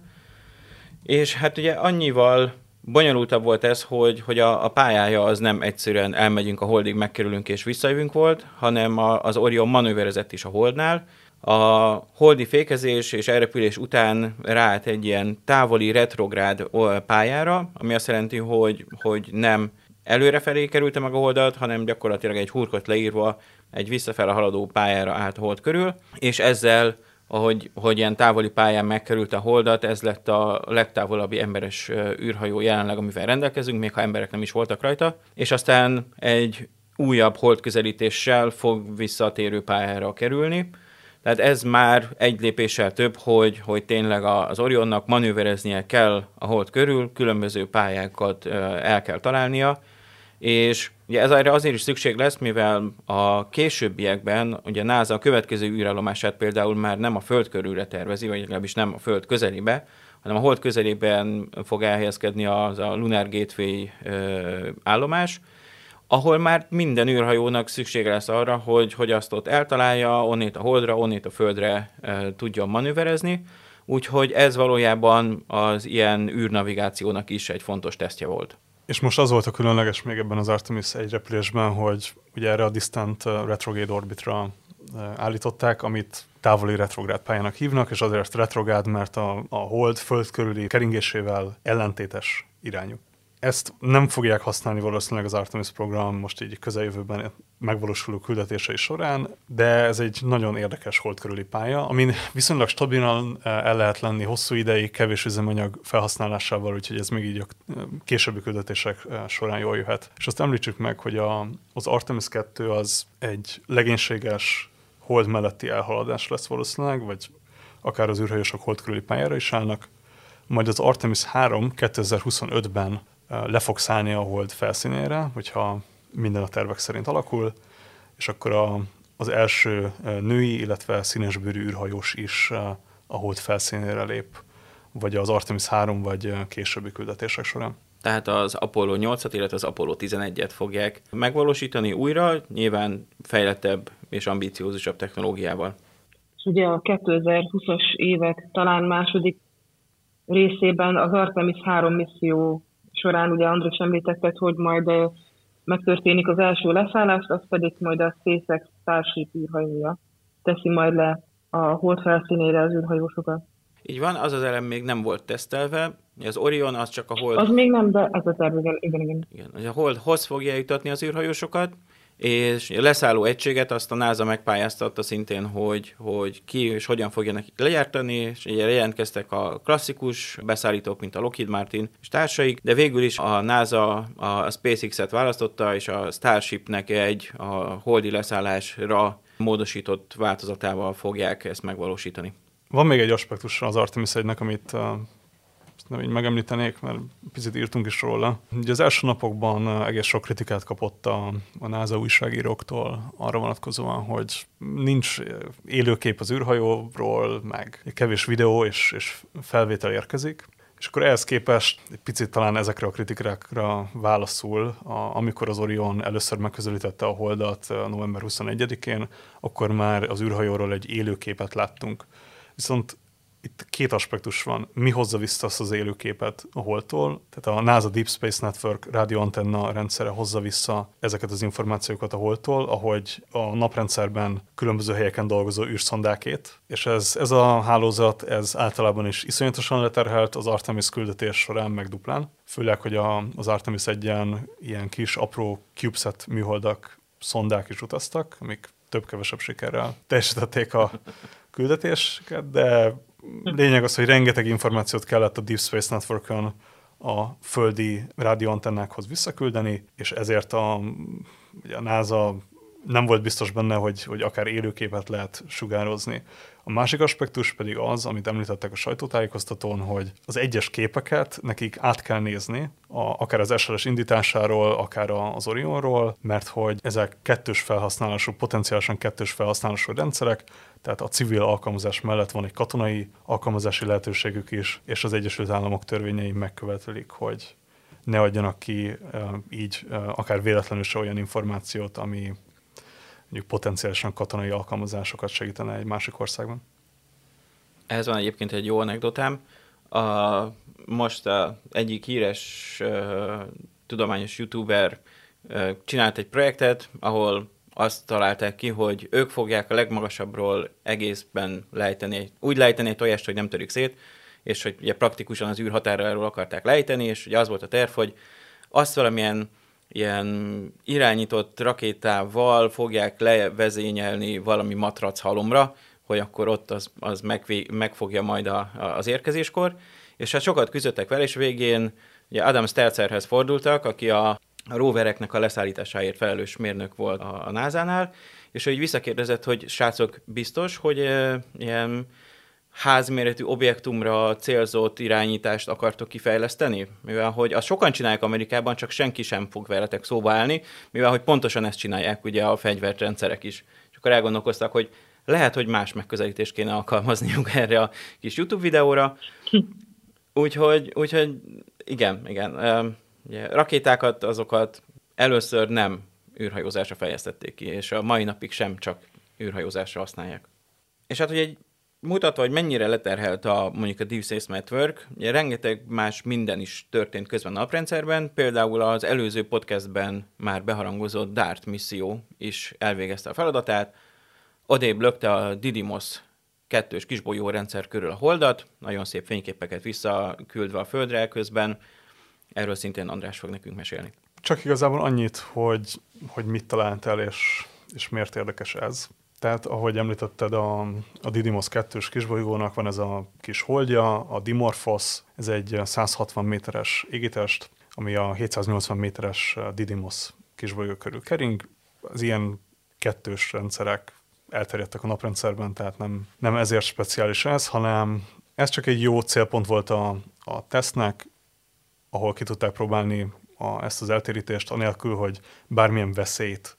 A: És hát ugye annyival bonyolultabb volt ez, hogy, hogy a, a pályája az nem egyszerűen elmegyünk a Holdig, megkerülünk és visszajövünk volt, hanem a, az Orion manőverezett is a Holdnál. A holdi fékezés és elrepülés után ráállt egy ilyen távoli retrográd pályára, ami azt jelenti, hogy, hogy nem előrefelé kerülte meg a Holdat, hanem gyakorlatilag egy hurkot leírva egy visszafele haladó pályára állt a Hold körül, és ezzel ahogy hogy ilyen távoli pályán megkerült a Holdat, ez lett a legtávolabbi emberes űrhajó jelenleg, amivel rendelkezünk, még ha emberek nem is voltak rajta, és aztán egy újabb holdközelítéssel fog visszatérő pályára kerülni. Tehát ez már egy lépéssel több, hogy, hogy tényleg az Orionnak manővereznie kell a Hold körül, különböző pályákat el kell találnia, és ugye ez azért is szükség lesz, mivel a későbbiekben ugye a NASA a következő űrállomását például már nem a Föld körülre tervezi, vagy legalábbis nem a Föld közelébe, hanem a Hold közelében fog elhelyezkedni az a Lunar Gateway ö, állomás, ahol már minden űrhajónak szüksége lesz arra, hogy, hogy azt ott eltalálja, onnét a Holdra, onnét a Földre e, tudjon manőverezni, úgyhogy ez valójában az ilyen űrnavigációnak is egy fontos tesztje volt.
C: És most az volt a különleges még ebben az Artemis egy repülésben, hogy ugye erre a Distant Retrograde Orbitra állították, amit távoli retrográd pályának hívnak, és azért retrográd, mert a, a Hold föld körüli keringésével ellentétes irányú. Ezt nem fogják használni valószínűleg az Artemis program most így közeljövőben megvalósuló küldetései során, de ez egy nagyon érdekes hold körüli pálya, amin viszonylag stabilan el lehet lenni hosszú ideig, kevés üzemanyag felhasználásával, úgyhogy ez még így a későbbi küldetések során jól jöhet. És azt említsük meg, hogy a, az Artemis kettő az egy legénységes hold melletti elhaladás lesz valószínűleg, vagy akár az űrhajósok hold körüli pályára is állnak, majd az Artemis három kétezer-huszonötben le fog szállni a Hold felszínére, hogyha minden a tervek szerint alakul, és akkor a, az első női, illetve színesbőrű űrhajós is a hold felszínére lép, vagy az Artemis három, vagy későbbi küldetések során.
A: Tehát az Apollo nyolcat, illetve az Apollo tizenegyet fogják megvalósítani újra, nyilván fejlettebb és ambiciózusabb technológiával.
B: És ugye a kétezer-húszas évek talán második részében az Artemis három misszió során, ugye András említetted, hogy majd megtörténik az első leszállás, az pedig majd a SpaceX Starship űrhajója teszi majd le a hold felszínére az űrhajósokat.
A: Így van, az az elem még nem volt tesztelve, az Orion az csak a hold...
B: Az még nem, de ez a terv, igen, igen, igen.
A: igen a holdhoz fogja jutatni az űrhajósokat, és a leszálló egységet azt a NASA megpályáztatta szintén, hogy, hogy ki és hogyan fogja nekik legyártani, és ugye jelentkeztek a klasszikus beszállítók, mint a Lockheed Martin és társaik, de végül is a NASA a SpaceX-et választotta, és a Starshipnek egy a holdi leszállásra módosított változatával fogják ezt megvalósítani.
C: Van még egy aspektus az Artemis egynek, amit uh, nem így megemlítenék, mert picit írtunk is róla. Ugye az első napokban uh, egész sok kritikát kapott a, a NASA újságíróktól arra vonatkozóan, hogy nincs élőkép az űrhajóról, meg kevés videó és, és felvétel érkezik. És akkor ehhez képest egy picit talán ezekre a kritikákra válaszul, a, amikor az Orion először megközelítette a holdat november huszonegyedikén, akkor már az űrhajóról egy élőképet láttunk. Viszont itt két aspektus van. Mi hozza vissza azt az élőképet a holdtól? Tehát a NASA Deep Space Network rádióantenna rendszere hozza vissza ezeket az információkat a holdtól, ahogy a naprendszerben különböző helyeken dolgozó űrszondákét. És ez, ez a hálózat, ez általában is iszonyatosan leterhelt az Artemis küldetés során meg duplán. Főleg, hogy a, az Artemis egyen ilyen kis, apró CubeSat műholdak, szondák is utaztak, amik több-kevesebb sikerrel teljesítették a küldetéseket, de lényeg az, hogy rengeteg információt kellett a Deep Space Network-on a földi rádióantennákhoz visszaküldeni, és ezért a, a NASA nem volt biztos benne, hogy, hogy akár élőképet lehet sugározni. A másik aspektus pedig az, amit említettek a sajtótájékoztatón, hogy az egyes képeket nekik át kell nézni, a, akár az es el es indításáról, akár az Orionról, mert hogy ezek kettős felhasználású, potenciálisan kettős felhasználású rendszerek, tehát a civil alkalmazás mellett van egy katonai alkalmazási lehetőségük is, és az Egyesült Államok törvényei megkövetelik, hogy ne adjanak ki így akár véletlenül se olyan információt, ami mondjuk potenciálisan katonai alkalmazásokat segítene egy másik országban.
A: Ehhez van egyébként egy jó anekdotám. A, most a egyik híres uh, tudományos youtuber uh, csinált egy projektet, ahol azt találták ki, hogy ők fogják a legmagasabbról egészben lejteni, úgy lejteni egy tojást, hogy nem törik szét, és hogy ugye praktikusan az űrhatáráról akarták lejteni, és ugye az volt a terv, hogy azt valamilyen ilyen irányított rakétával fogják levezényelni valami matrac halomra, hogy akkor ott az, az megvé, megfogja majd a, a, az érkezéskor. És hát sokat küzdöttek vele, és végén ugye Adam Stelzerhez fordultak, aki a, a rovereknek a leszállításáért felelős mérnök volt a, a násánál, és hogy visszakérdezett, hogy srácok, biztos, hogy e, ilyen házméretű objektumra célzott irányítást akartok kifejleszteni? Mivel hogy azt sokan csinálják Amerikában, csak senki sem fog veletek szóba állni, mivel hogy pontosan ezt csinálják ugye a fegyverrendszerek is. És akkor elgondolkoztak, hogy lehet, hogy más megközelítést kéne alkalmazniuk erre a kis YouTube videóra. Úgyhogy, úgyhogy igen, igen. Ugye, rakétákat, azokat először nem űrhajózásra fejlesztették ki, és a mai napig sem csak űrhajózásra használják. És hát, hogy egy mutatva, hogy mennyire leterhelt a, mondjuk a Deep Space Network, ugye rengeteg más minden is történt közben a naprendszerben, például az előző podcastben már beharangozott DART misszió is elvégezte a feladatát, odébb lökte a Didymos kettős kisbolyó rendszer körül a holdat, nagyon szép fényképeket visszaküldve a Földre közben, erről szintén András fog nekünk mesélni.
C: Csak igazából annyit, hogy, hogy mit talált el, és, és miért érdekes ez. Tehát, ahogy említetted, a, a Didymos kettős kisbolygónak van ez a kis holdja, a Dimorphos, ez egy száz hatvan méteres égitest, ami a hétszáznyolcvan méteres Didymos kisbolygó körül kering. Az ilyen kettős rendszerek elterjedtek a naprendszerben, tehát nem, nem ezért speciális ez, hanem ez csak egy jó célpont volt a, a tesztnek, ahol ki tudták próbálni a, ezt az eltérítést, anélkül, hogy bármilyen veszélyt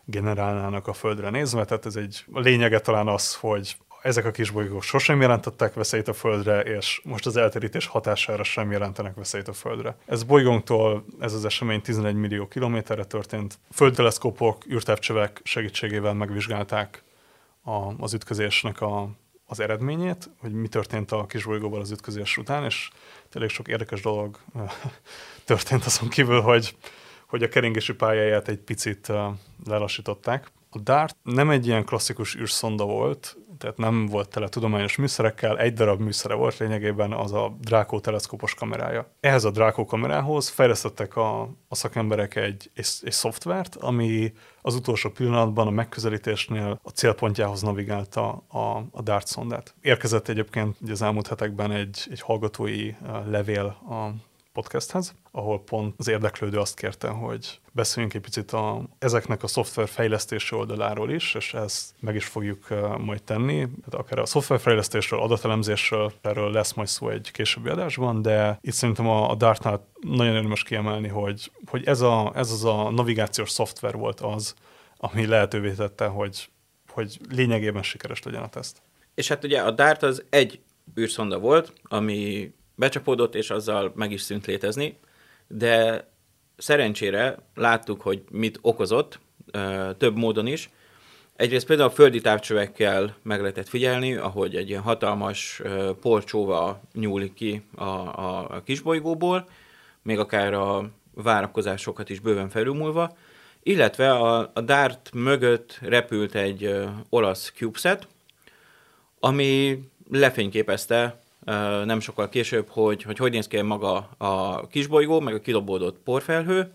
C: generálnának a Földre nézve, tehát ez egy a lényege talán az, hogy ezek a kisbolygók sosem jelentettek veszélyt a Földre, és most az eltérítés hatására sem jelentenek veszélyt a Földre. Ez bolygónktól, ez az esemény tizenegy millió kilométerre történt. Földteleszkópok, űrtávcsövek segítségével megvizsgálták a, az ütközésnek a, az eredményét, hogy mi történt a kisbolygóval az ütközés után, és elég sok érdekes dolog történt azon kívül, hogy, hogy a keringési pályáját egy picit lelassították. A DART nem egy ilyen klasszikus űrszonda volt, tehát nem volt tele tudományos műszerekkel, egy darab műszere volt lényegében, az a Draco teleszkópos kamerája. Ehhez a Draco kamerához fejlesztettek a, a szakemberek egy, egy, egy szoftvert, ami az utolsó pillanatban a megközelítésnél a célpontjához navigálta a, a DART szondát. Érkezett egyébként az elmúlt hetekben egy, egy hallgatói levél a podcasthez, ahol pont az érdeklődő azt kérte, hogy beszéljünk egy picit a, ezeknek a szoftver fejlesztési oldaláról is, és ezt meg is fogjuk uh, majd tenni. Akár a szoftverfejlesztésről, adatelemzésről, erről lesz majd szó egy későbbi adásban, de itt szerintem a, a DART-nál nagyon érdemes kiemelni, hogy, hogy ez, a, ez az a navigációs szoftver volt az, ami lehetővé tette, hogy, hogy lényegében sikeres legyen a teszt.
A: És hát ugye a DART az egy űrszonda volt, ami becsapódott, és azzal meg is szűnt létezni, de szerencsére láttuk, hogy mit okozott, több módon is. Egyrészt például a földi távcsövekkel meg lehetett figyelni, ahogy egy ilyen hatalmas porcsóva nyúlik ki a, a, a kisbolygóból, még akár a várakozásokat is bőven felülmúlva, illetve a, a DART mögött repült egy olasz CubeSat, ami lefényképezte nem sokkal később, hogy, hogy hogy néz ki maga a kisbolygó, meg a kidobódott porfelhő,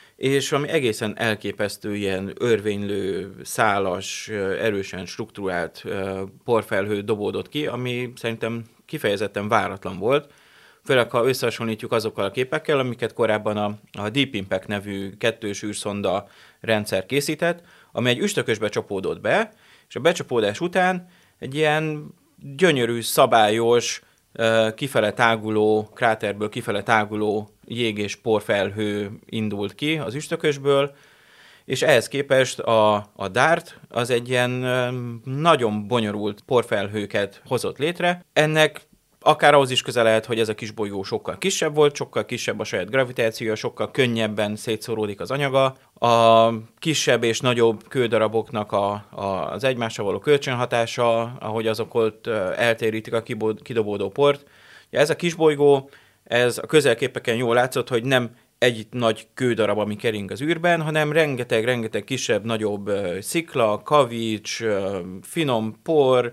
A: és ami egészen elképesztő ilyen örvénylő, szálas, erősen struktúrált porfelhő dobódott ki, ami szerintem kifejezetten váratlan volt, főleg ha összehasonlítjuk azokkal a képekkel, amiket korábban a, a Deep Impact nevű kettős űrszonda rendszer készített, ami egy üstökösbe csapódott be, és a becsapódás után egy ilyen gyönyörű, szabályos, kifele táguló, kráterből kifele táguló jég- és porfelhő indult ki az üstökösből, és ehhez képest a, a DART az egy ilyen nagyon bonyolult porfelhőket hozott létre. Ennek akár ahhoz is köze lehet, hogy ez a kisbolygó sokkal kisebb volt, sokkal kisebb a saját gravitációja, sokkal könnyebben szétszóródik az anyaga. A kisebb és nagyobb kődaraboknak a, a, az egymással való kölcsönhatása, ahogy azok ott eltérítik a kidobódó port. Ja, ez a kisbolygó, ez a közelképeken jól látszott, hogy nem egy nagy kődarab, ami kering az űrben, hanem rengeteg-rengeteg kisebb, nagyobb szikla, kavics, finom por,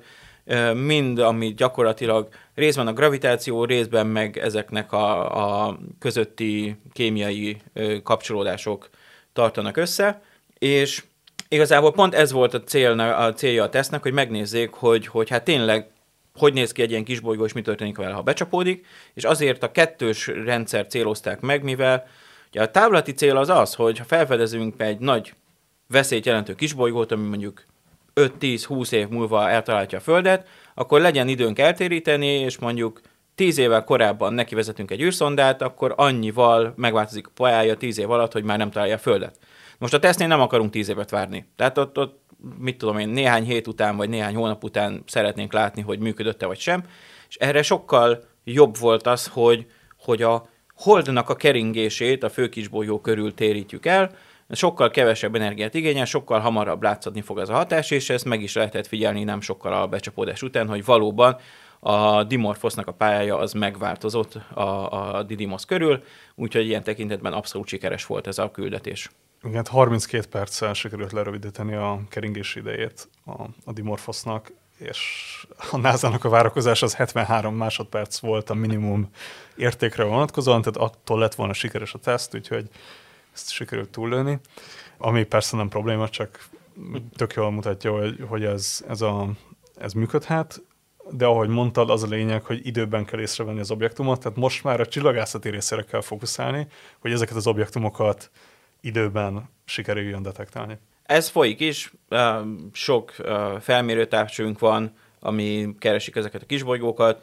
A: mind, ami gyakorlatilag részben a gravitáció, részben meg ezeknek a, a közötti kémiai kapcsolódások tartanak össze, és igazából pont ez volt a, cél, a célja a tesztnek, hogy megnézzék, hogy, hogy hát tényleg hogy néz ki egy ilyen kisbolygó, és mi történik vele, ha becsapódik, és azért a kettős rendszer célozták meg, mivel ugye a távlati cél az az, hogy ha felfedezünk egy nagy veszélyt jelentő kisbolygót, ami mondjuk öt-tíz-húsz év múlva eltalálja a Földet, akkor legyen időnk eltéríteni, és mondjuk tíz évvel korábban nekivezetünk egy űrszondát, akkor annyival megváltozik a pályája tíz év alatt, hogy már nem találja a Földet. Most a tesztnél nem akarunk tíz évet várni. Tehát ott, ott mit tudom én, néhány hét után, vagy néhány hónap után szeretnénk látni, hogy működött-e vagy sem, és erre sokkal jobb volt az, hogy, hogy a Holdnak a keringését a főkisbolygó körül térítjük el, sokkal kevesebb energiát igényel, sokkal hamarabb látszani fog ez a hatás, és ezt meg is lehetett figyelni nem sokkal a becsapódás után, hogy valóban a Dimorphosnak a pályája az megváltozott a, a Didymos körül, úgyhogy ilyen tekintetben abszolút sikeres volt ez a küldetés.
C: Igen, harminckét perccel sikerült lerövidíteni a keringési idejét a, a Dimorphosnak, és a nászának a várakozás az hetvenhárom másodperc volt a minimum értékre vonatkozóan, tehát attól lett volna sikeres a teszt, úgyhogy ezt sikerült túllőni. Ami persze nem probléma, csak tök jól mutatja, hogy, hogy ez, ez, a, ez működhet, de ahogy mondtad, az a lényeg, hogy időben kell észrevenni az objektumot, tehát most már a csillagászati részére kell fókuszálni, hogy ezeket az objektumokat időben sikerüljön detektálni.
A: Ez folyik is, sok felmérőtávcsőnk van, ami keresik ezeket a kisbolygókat.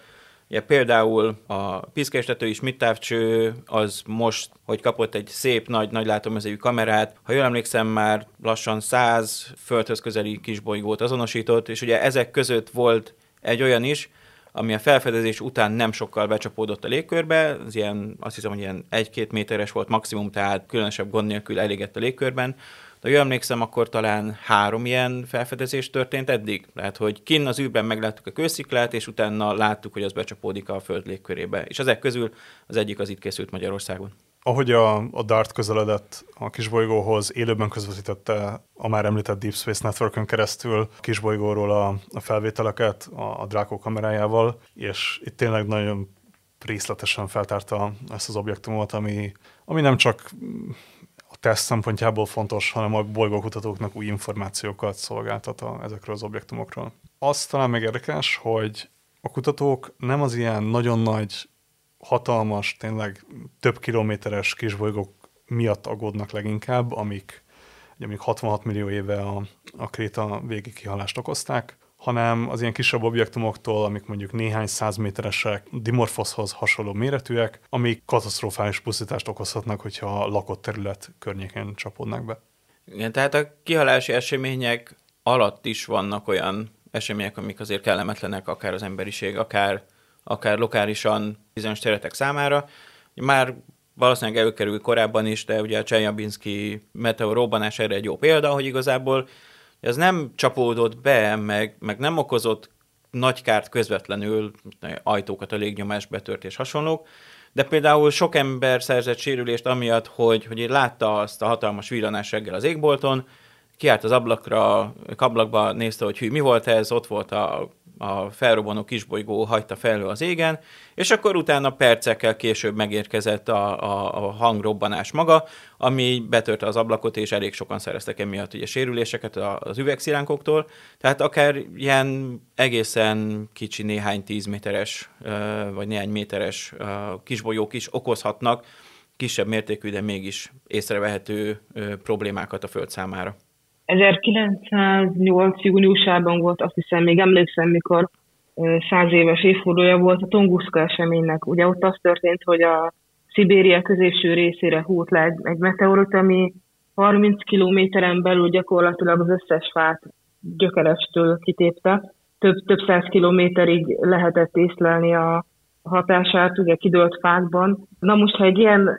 A: Ugye például a piszkéstetői Schmidt távcső az most, hogy kapott egy szép nagy, nagy látómezőjű kamerát, ha jól emlékszem, már lassan száz földhöz közeli kisbolygót azonosított, és ugye ezek között volt egy olyan is, ami a felfedezés után nem sokkal becsapódott a légkörbe, az ilyen, azt hiszem, hogy ilyen egy-két méteres volt maximum, tehát különösebb gond nélkül elégett a légkörben. De jól emlékszem, akkor talán három ilyen felfedezés történt eddig. Tehát, hogy kinn az űrben megláttuk a kősziklát, és utána láttuk, hogy az becsapódik a Föld légkörébe. És ezek közül az egyik az itt készült Magyarországon.
C: Ahogy a, a DART közeledett a kisbolygóhoz, élőben közvetítette a már említett Deep Space Network-ön keresztül a kisbolygóról a, a felvételeket a, a Draco kamerájával, és itt tényleg nagyon részletesen feltárta ezt az objektumot, ami, ami nem csak a teszt szempontjából fontos, hanem a bolygókutatóknak új információkat szolgáltat a, ezekről az objektumokról. Az talán még érdekes, hogy a kutatók nem az ilyen nagyon nagy, hatalmas, tényleg több kilométeres kisbolygók miatt aggódnak leginkább, amik, amik hatvanhat millió éve a, a kréta végi kihalást okozták, hanem az ilyen kisebb objektumoktól, amik mondjuk néhány százméteresek, Dimorphoshoz hasonló méretűek, amik katasztrofális pusztítást okozhatnak, hogyha a lakott terület környékén csapódnak be.
A: Igen, tehát a kihalási események alatt is vannak olyan események, amik azért kellemetlenek, akár az emberiség, akár, akár lokálisan bizonyos területek számára. Már valószínűleg előkerül korábban is, de ugye a Cseljabinszki meteorrobbanás erre egy jó példa, hogy igazából ez nem csapódott be, meg, meg nem okozott nagy kárt közvetlenül, ajtókat a légnyomás betört és hasonlók, de például sok ember szerzett sérülést amiatt, hogy, hogy látta azt a hatalmas villanás reggel az égbolton, kiállt az ablakra, ablakba nézte, hogy hű, mi volt ez, ott volt a, a felrobbanó kisbolygó, hagyta felül az égen, és akkor utána percekkel később megérkezett a, a, a hangrobbanás maga, ami betörte az ablakot, és elég sokan szereztek emiatt ugye sérüléseket az üvegszilánkoktól. Tehát akár ilyen egészen kicsi, néhány tíz méteres, vagy néhány méteres kisbolygók is okozhatnak kisebb mértékű, de mégis észrevehető problémákat a Föld számára.
B: ezerkilencszáznyolc júniusában volt, azt hiszem, még emlékszem, mikor száz éves évfordulója volt a Tunguszka eseménynek. Ugye ott az történt, hogy a Szibéria középső részére húlt le egy meteorit, ami harminc kilométeren belül gyakorlatilag az összes fát gyökerestől kitépte. Több, több száz kilométerig lehetett észlelni a hatását, ugye kidőlt fákban. Na most, ha egy ilyen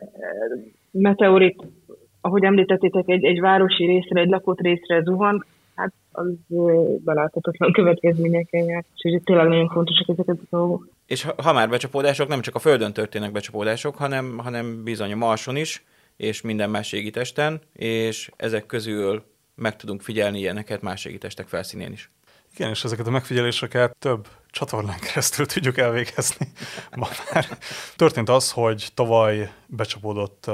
B: meteorit, ahogy említettétek, egy, egy városi részre, egy lakott részre zuhan, hát az beláthatatlan következményekkel jár. És tényleg nagyon fontosak ezeket a dolgok.
A: És ha, ha már becsapódások, nem csak a Földön történnek becsapódások, hanem, hanem bizony a Marson is, és minden más égitesten, és ezek közül meg tudunk figyelni ilyeneket más égitestek felszínén is.
C: Igen, és ezeket a megfigyeléseket több csatornán keresztül tudjuk elvégezni. Ma már történt az, hogy tavaly becsapódott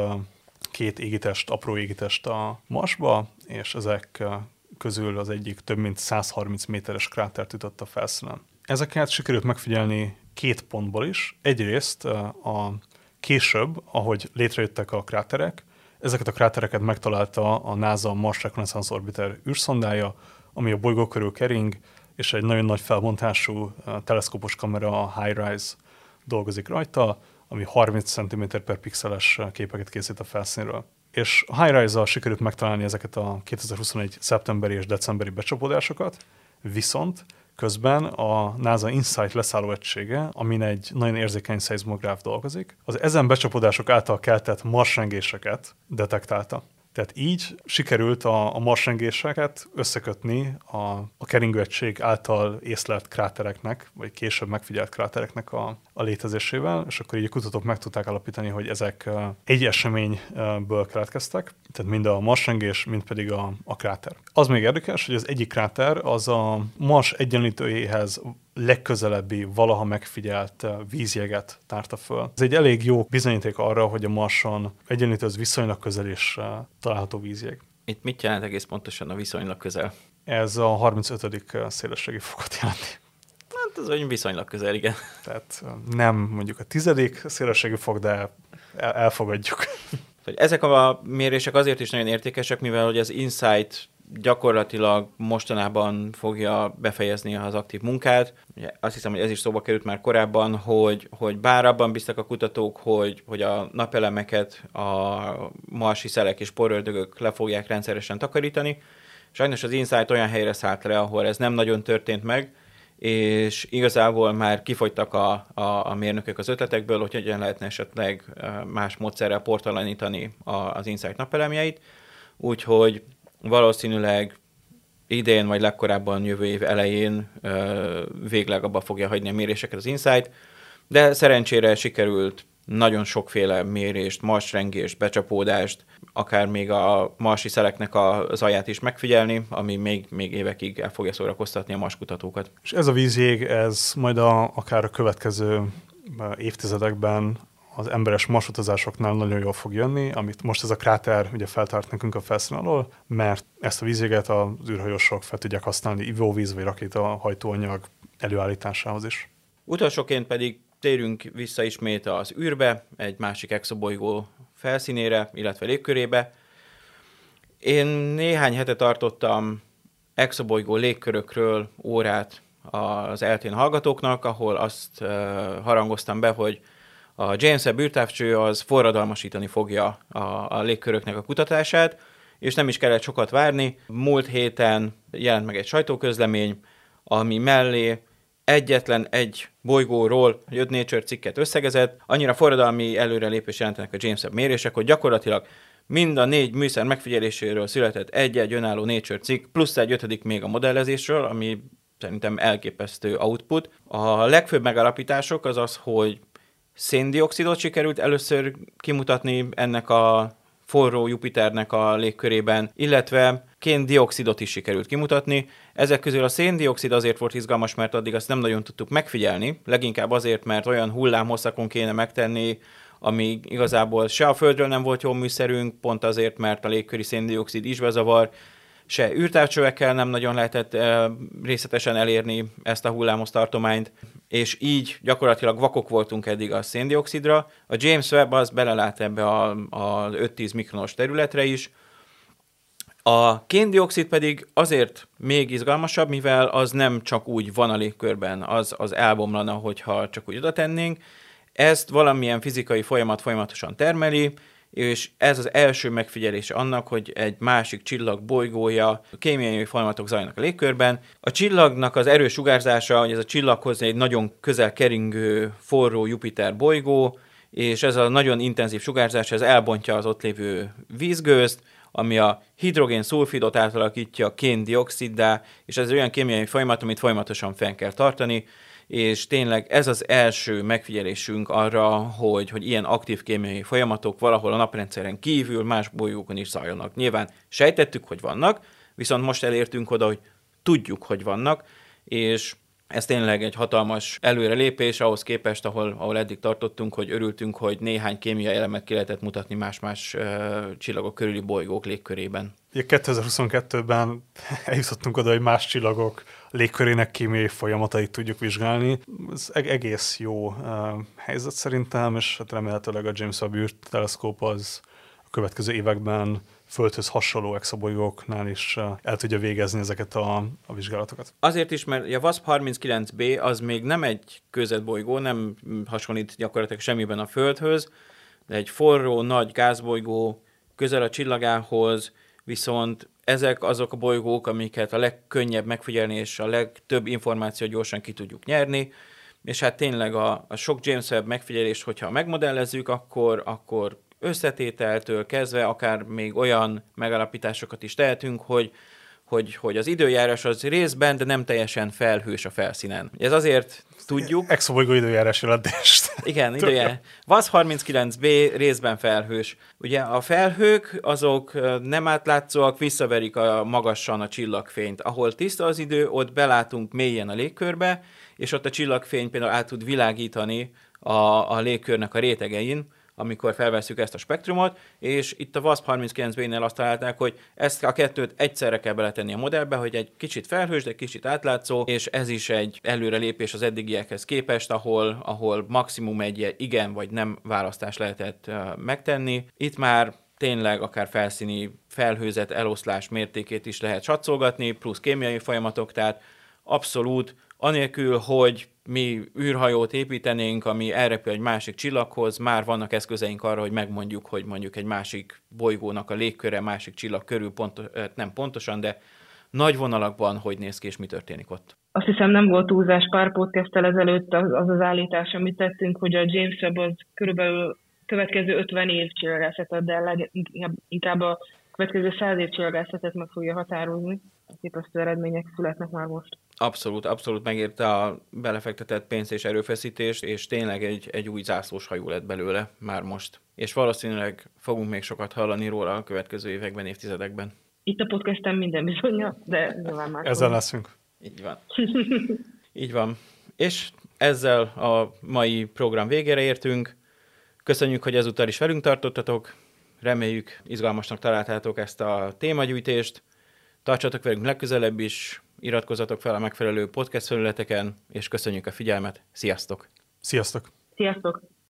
C: két égitest, apró égitest a Marsba, és ezek közül az egyik több mint száz harminc méteres krátert ütött a felszínen. Ezeket sikerült megfigyelni két pontból is. Egyrészt a később, ahogy létrejöttek a kráterek, ezeket a krátereket megtalálta a NASA Mars Reconnaissance Orbiter űrszondája, ami a bolygó körül kering, és egy nagyon nagy felbontású teleszkópos kamera, a HiRISE dolgozik rajta, ami harminc centiméter per pixeles képeket készít a felszínről. És a HiRISE-zal sikerült megtalálni ezeket a kétezer-huszonegy szeptemberi és decemberi becsapódásokat, viszont közben a NASA InSight leszálló egysége, amin egy nagyon érzékeny szeizmográf dolgozik, az ezen becsapódások által keltett marsrengéseket detektálta. Tehát így sikerült a, a marsrengéseket összekötni a, a keringőegység által észlelt krátereknek, vagy később megfigyelt krátereknek a, a létezésével, és akkor így a kutatók meg tudták állapítani, hogy ezek egy eseményből keletkeztek, tehát mind a marsrengés, mind pedig a, a kráter. Az még érdekes, hogy az egyik kráter az a Mars egyenlítőjéhez legközelebbi valaha megfigyelt vízjeget tárta föl. Ez egy elég jó bizonyíték arra, hogy a Marson egyenlítőhöz viszonylag közel is található vízjeg.
A: Itt mit jelent egész pontosan a viszonylag közel?
C: Ez a harmincötödik szélességi fokot jelenti.
A: Hát ez viszonylag közel, igen.
C: Tehát nem mondjuk a tizedik szélességi fok, de elfogadjuk.
A: Ezek a mérések azért is nagyon értékesek, mivel hogy az InSight gyakorlatilag mostanában fogja befejezni az aktív munkát. Ugye azt hiszem, hogy ez is szóba került már korábban, hogy, hogy bár abban bíztak a kutatók, hogy, hogy a napelemeket a marsi szelek és porördögök le fogják rendszeresen takarítani. Sajnos az InSight olyan helyre szállt le, ahol ez nem nagyon történt meg, és igazából már kifogytak a, a, a mérnökök az ötletekből, hogy hogyan lehetne esetleg más módszerrel portalanítani az InSight napelemjeit. Úgyhogy valószínűleg idén vagy legkorábban jövő év elején ö, végleg abba fogja hagyni a méréseket az InSight, de szerencsére sikerült nagyon sokféle mérést, marsrengést, becsapódást, akár még a marsi szeleknek a zaját is megfigyelni, ami még, még évekig el fogja szórakoztatni a marskutatókat.
C: És ez a vízjég, ez majd a, akár a következő évtizedekben az emberes marsutazásoknál nagyon jól fog jönni, amit most ez a kráter ugye feltárt nekünk a felszín alól, mert ezt a vízjeget az űrhajósok fel tudják használni ivóvíz vagy rakétahajtóanyag előállításához is.
A: Utolsóként pedig térünk vissza ismét az űrbe, egy másik exobolygó felszínére, illetve légkörébe. Én néhány hete tartottam exobolygó légkörökről órát az eltén hallgatóknak, ahol azt uh, harangoztam be, hogy a James Webb űrtávcső az forradalmasítani fogja a, a légköröknek a kutatását, és nem is kellett sokat várni. Múlt héten jelent meg egy sajtóközlemény, ami mellé egyetlen egy bolygóról egy Nature cikket összegezett. Annyira forradalmi előrelépés jelentenek a James Webb mérések, hogy gyakorlatilag mind a négy műszer megfigyeléséről született egy-egy önálló Nature cikk, plusz egy ötödik még a modellezésről, ami szerintem elképesztő output. A legfőbb megállapítások az az, hogy széndioxidot sikerült először kimutatni ennek a forró Jupiternek a légkörében, illetve kén-dioxidot is sikerült kimutatni. Ezek közül a széndioxid azért volt izgalmas, mert addig azt nem nagyon tudtuk megfigyelni, leginkább azért, mert olyan hullámhosszakon kéne megtenni, ami igazából se a Földről nem volt jó műszerünk, pont azért, mert a légköri széndioxid is bezavar, se űrtávcsövekkel nem nagyon lehetett e, részletesen elérni ezt a hullámos tartományt, és így gyakorlatilag vakok voltunk eddig a széndioxidra. A James Webb az belelát ebbe az öt-tíz mikronos területre is. A kén-dioxid pedig azért még izgalmasabb, mivel az nem csak úgy van a légkörben, az, az elbomlana, hogyha csak úgy oda tennénk. Ezt valamilyen fizikai folyamat folyamatosan termeli, és ez az első megfigyelése annak, hogy egy másik csillag bolygója, kémiai folyamatok zajlanak a légkörben. A csillagnak az erős sugárzása, hogy ez a csillaghoz egy nagyon közel keringő, forró Jupiter bolygó, és ez a nagyon intenzív sugárzás, ez elbontja az ott lévő vízgőzt, ami a hidrogén-szulfidot átalakítja kén-dioxiddá, és ez olyan kémiai folyamat, amit folyamatosan fenn kell tartani, és tényleg ez az első megfigyelésünk arra, hogy, hogy ilyen aktív kémiai folyamatok valahol a naprendszeren kívül más bolygókon is zajlanak. Nyilván sejtettük, hogy vannak, viszont most elértünk oda, hogy tudjuk, hogy vannak, és ez tényleg egy hatalmas előrelépés ahhoz képest, ahol, ahol eddig tartottunk, hogy örültünk, hogy néhány kémiai elemet ki lehetett mutatni más-más uh, csillagok körüli bolygók légkörében.
C: kétezer-huszonkettőben eljutottunk oda, hogy más csillagok légkörének kémiai folyamatait tudjuk vizsgálni. Ez egész jó uh, helyzet szerintem, és hát remélhetőleg a James Webb űrteleszkóp az a következő években Földhöz hasonló exobolygóknál is uh, el tudja végezni ezeket a, a vizsgálatokat.
A: Azért is, mert a VASP harminckilenc bé az még nem egy kőzetbolygó, nem hasonlít gyakorlatilag semmiben a Földhöz, de egy forró, nagy gázbolygó, közel a csillagához, viszont ezek azok a bolygók, amiket a legkönnyebb megfigyelni, és a legtöbb információt gyorsan ki tudjuk nyerni, és hát tényleg a, a sok James Webb megfigyelést, hogyha megmodellezzük, akkor, akkor összetételtől kezdve akár még olyan megállapításokat is tehetünk, hogy, hogy, hogy az időjárás az részben, de nem teljesen felhős a felszínen. Ez azért tudjuk.
C: Exobolygó időjárás jelentést.
A: Igen, időjárás. VASP harminckilenc bé részben felhős. Ugye a felhők azok nem átlátszóak, visszaverik a magasan a csillagfényt. Ahol tiszta az idő, ott belátunk mélyen a légkörbe, és ott a csillagfény például át tud világítani a, a légkörnek a rétegein, amikor felvesszük ezt a spektrumot, és itt a VASP harminckilenc bé-nél azt találták, hogy ezt a kettőt egyszerre kell beletenni a modellbe, hogy egy kicsit felhős, de kicsit átlátszó, és ez is egy előrelépés az eddigiekhez képest, ahol, ahol maximum egy igen vagy nem választás lehetett uh, megtenni. Itt már tényleg akár felszíni felhőzet eloszlás mértékét is lehet satszolgatni, plusz kémiai folyamatok, tehát abszolút anélkül, hogy mi űrhajót építenénk, ami elrepül egy másik csillaghoz, már vannak eszközeink arra, hogy megmondjuk, hogy mondjuk egy másik bolygónak a légköre, másik csillag körül, pontos, nem pontosan, de nagy vonalakban hogy néz ki, és mi történik ott.
B: Azt hiszem nem volt túlzás pár podcasttel ezelőtt az az, az állítás, amit tettünk, hogy a James Webb az körülbelül következő ötven év csillagászatot, de leginkább inkább a következő száz év csillagászatot meg fogja határozni. Képesztő eredmények születnek már most.
A: Abszolút, abszolút megérte a belefektetett pénz és erőfeszítés, és tényleg egy, egy új zászlós hajó lett belőle már most. És valószínűleg fogunk még sokat hallani róla a következő években, évtizedekben.
B: Itt a podcasten minden bizonyja, de nyilván már.
C: Ezzel leszünk.
A: Így van. Így van. És ezzel a mai program végére értünk. Köszönjük, hogy ezúttal is velünk tartottatok. Reméljük, izgalmasnak találtátok ezt a témagyűjtést. Tartsatok velünk legközelebb is, iratkozzatok fel a megfelelő podcast felületeken, és köszönjük a figyelmet. Sziasztok!
C: Sziasztok!
B: Sziasztok!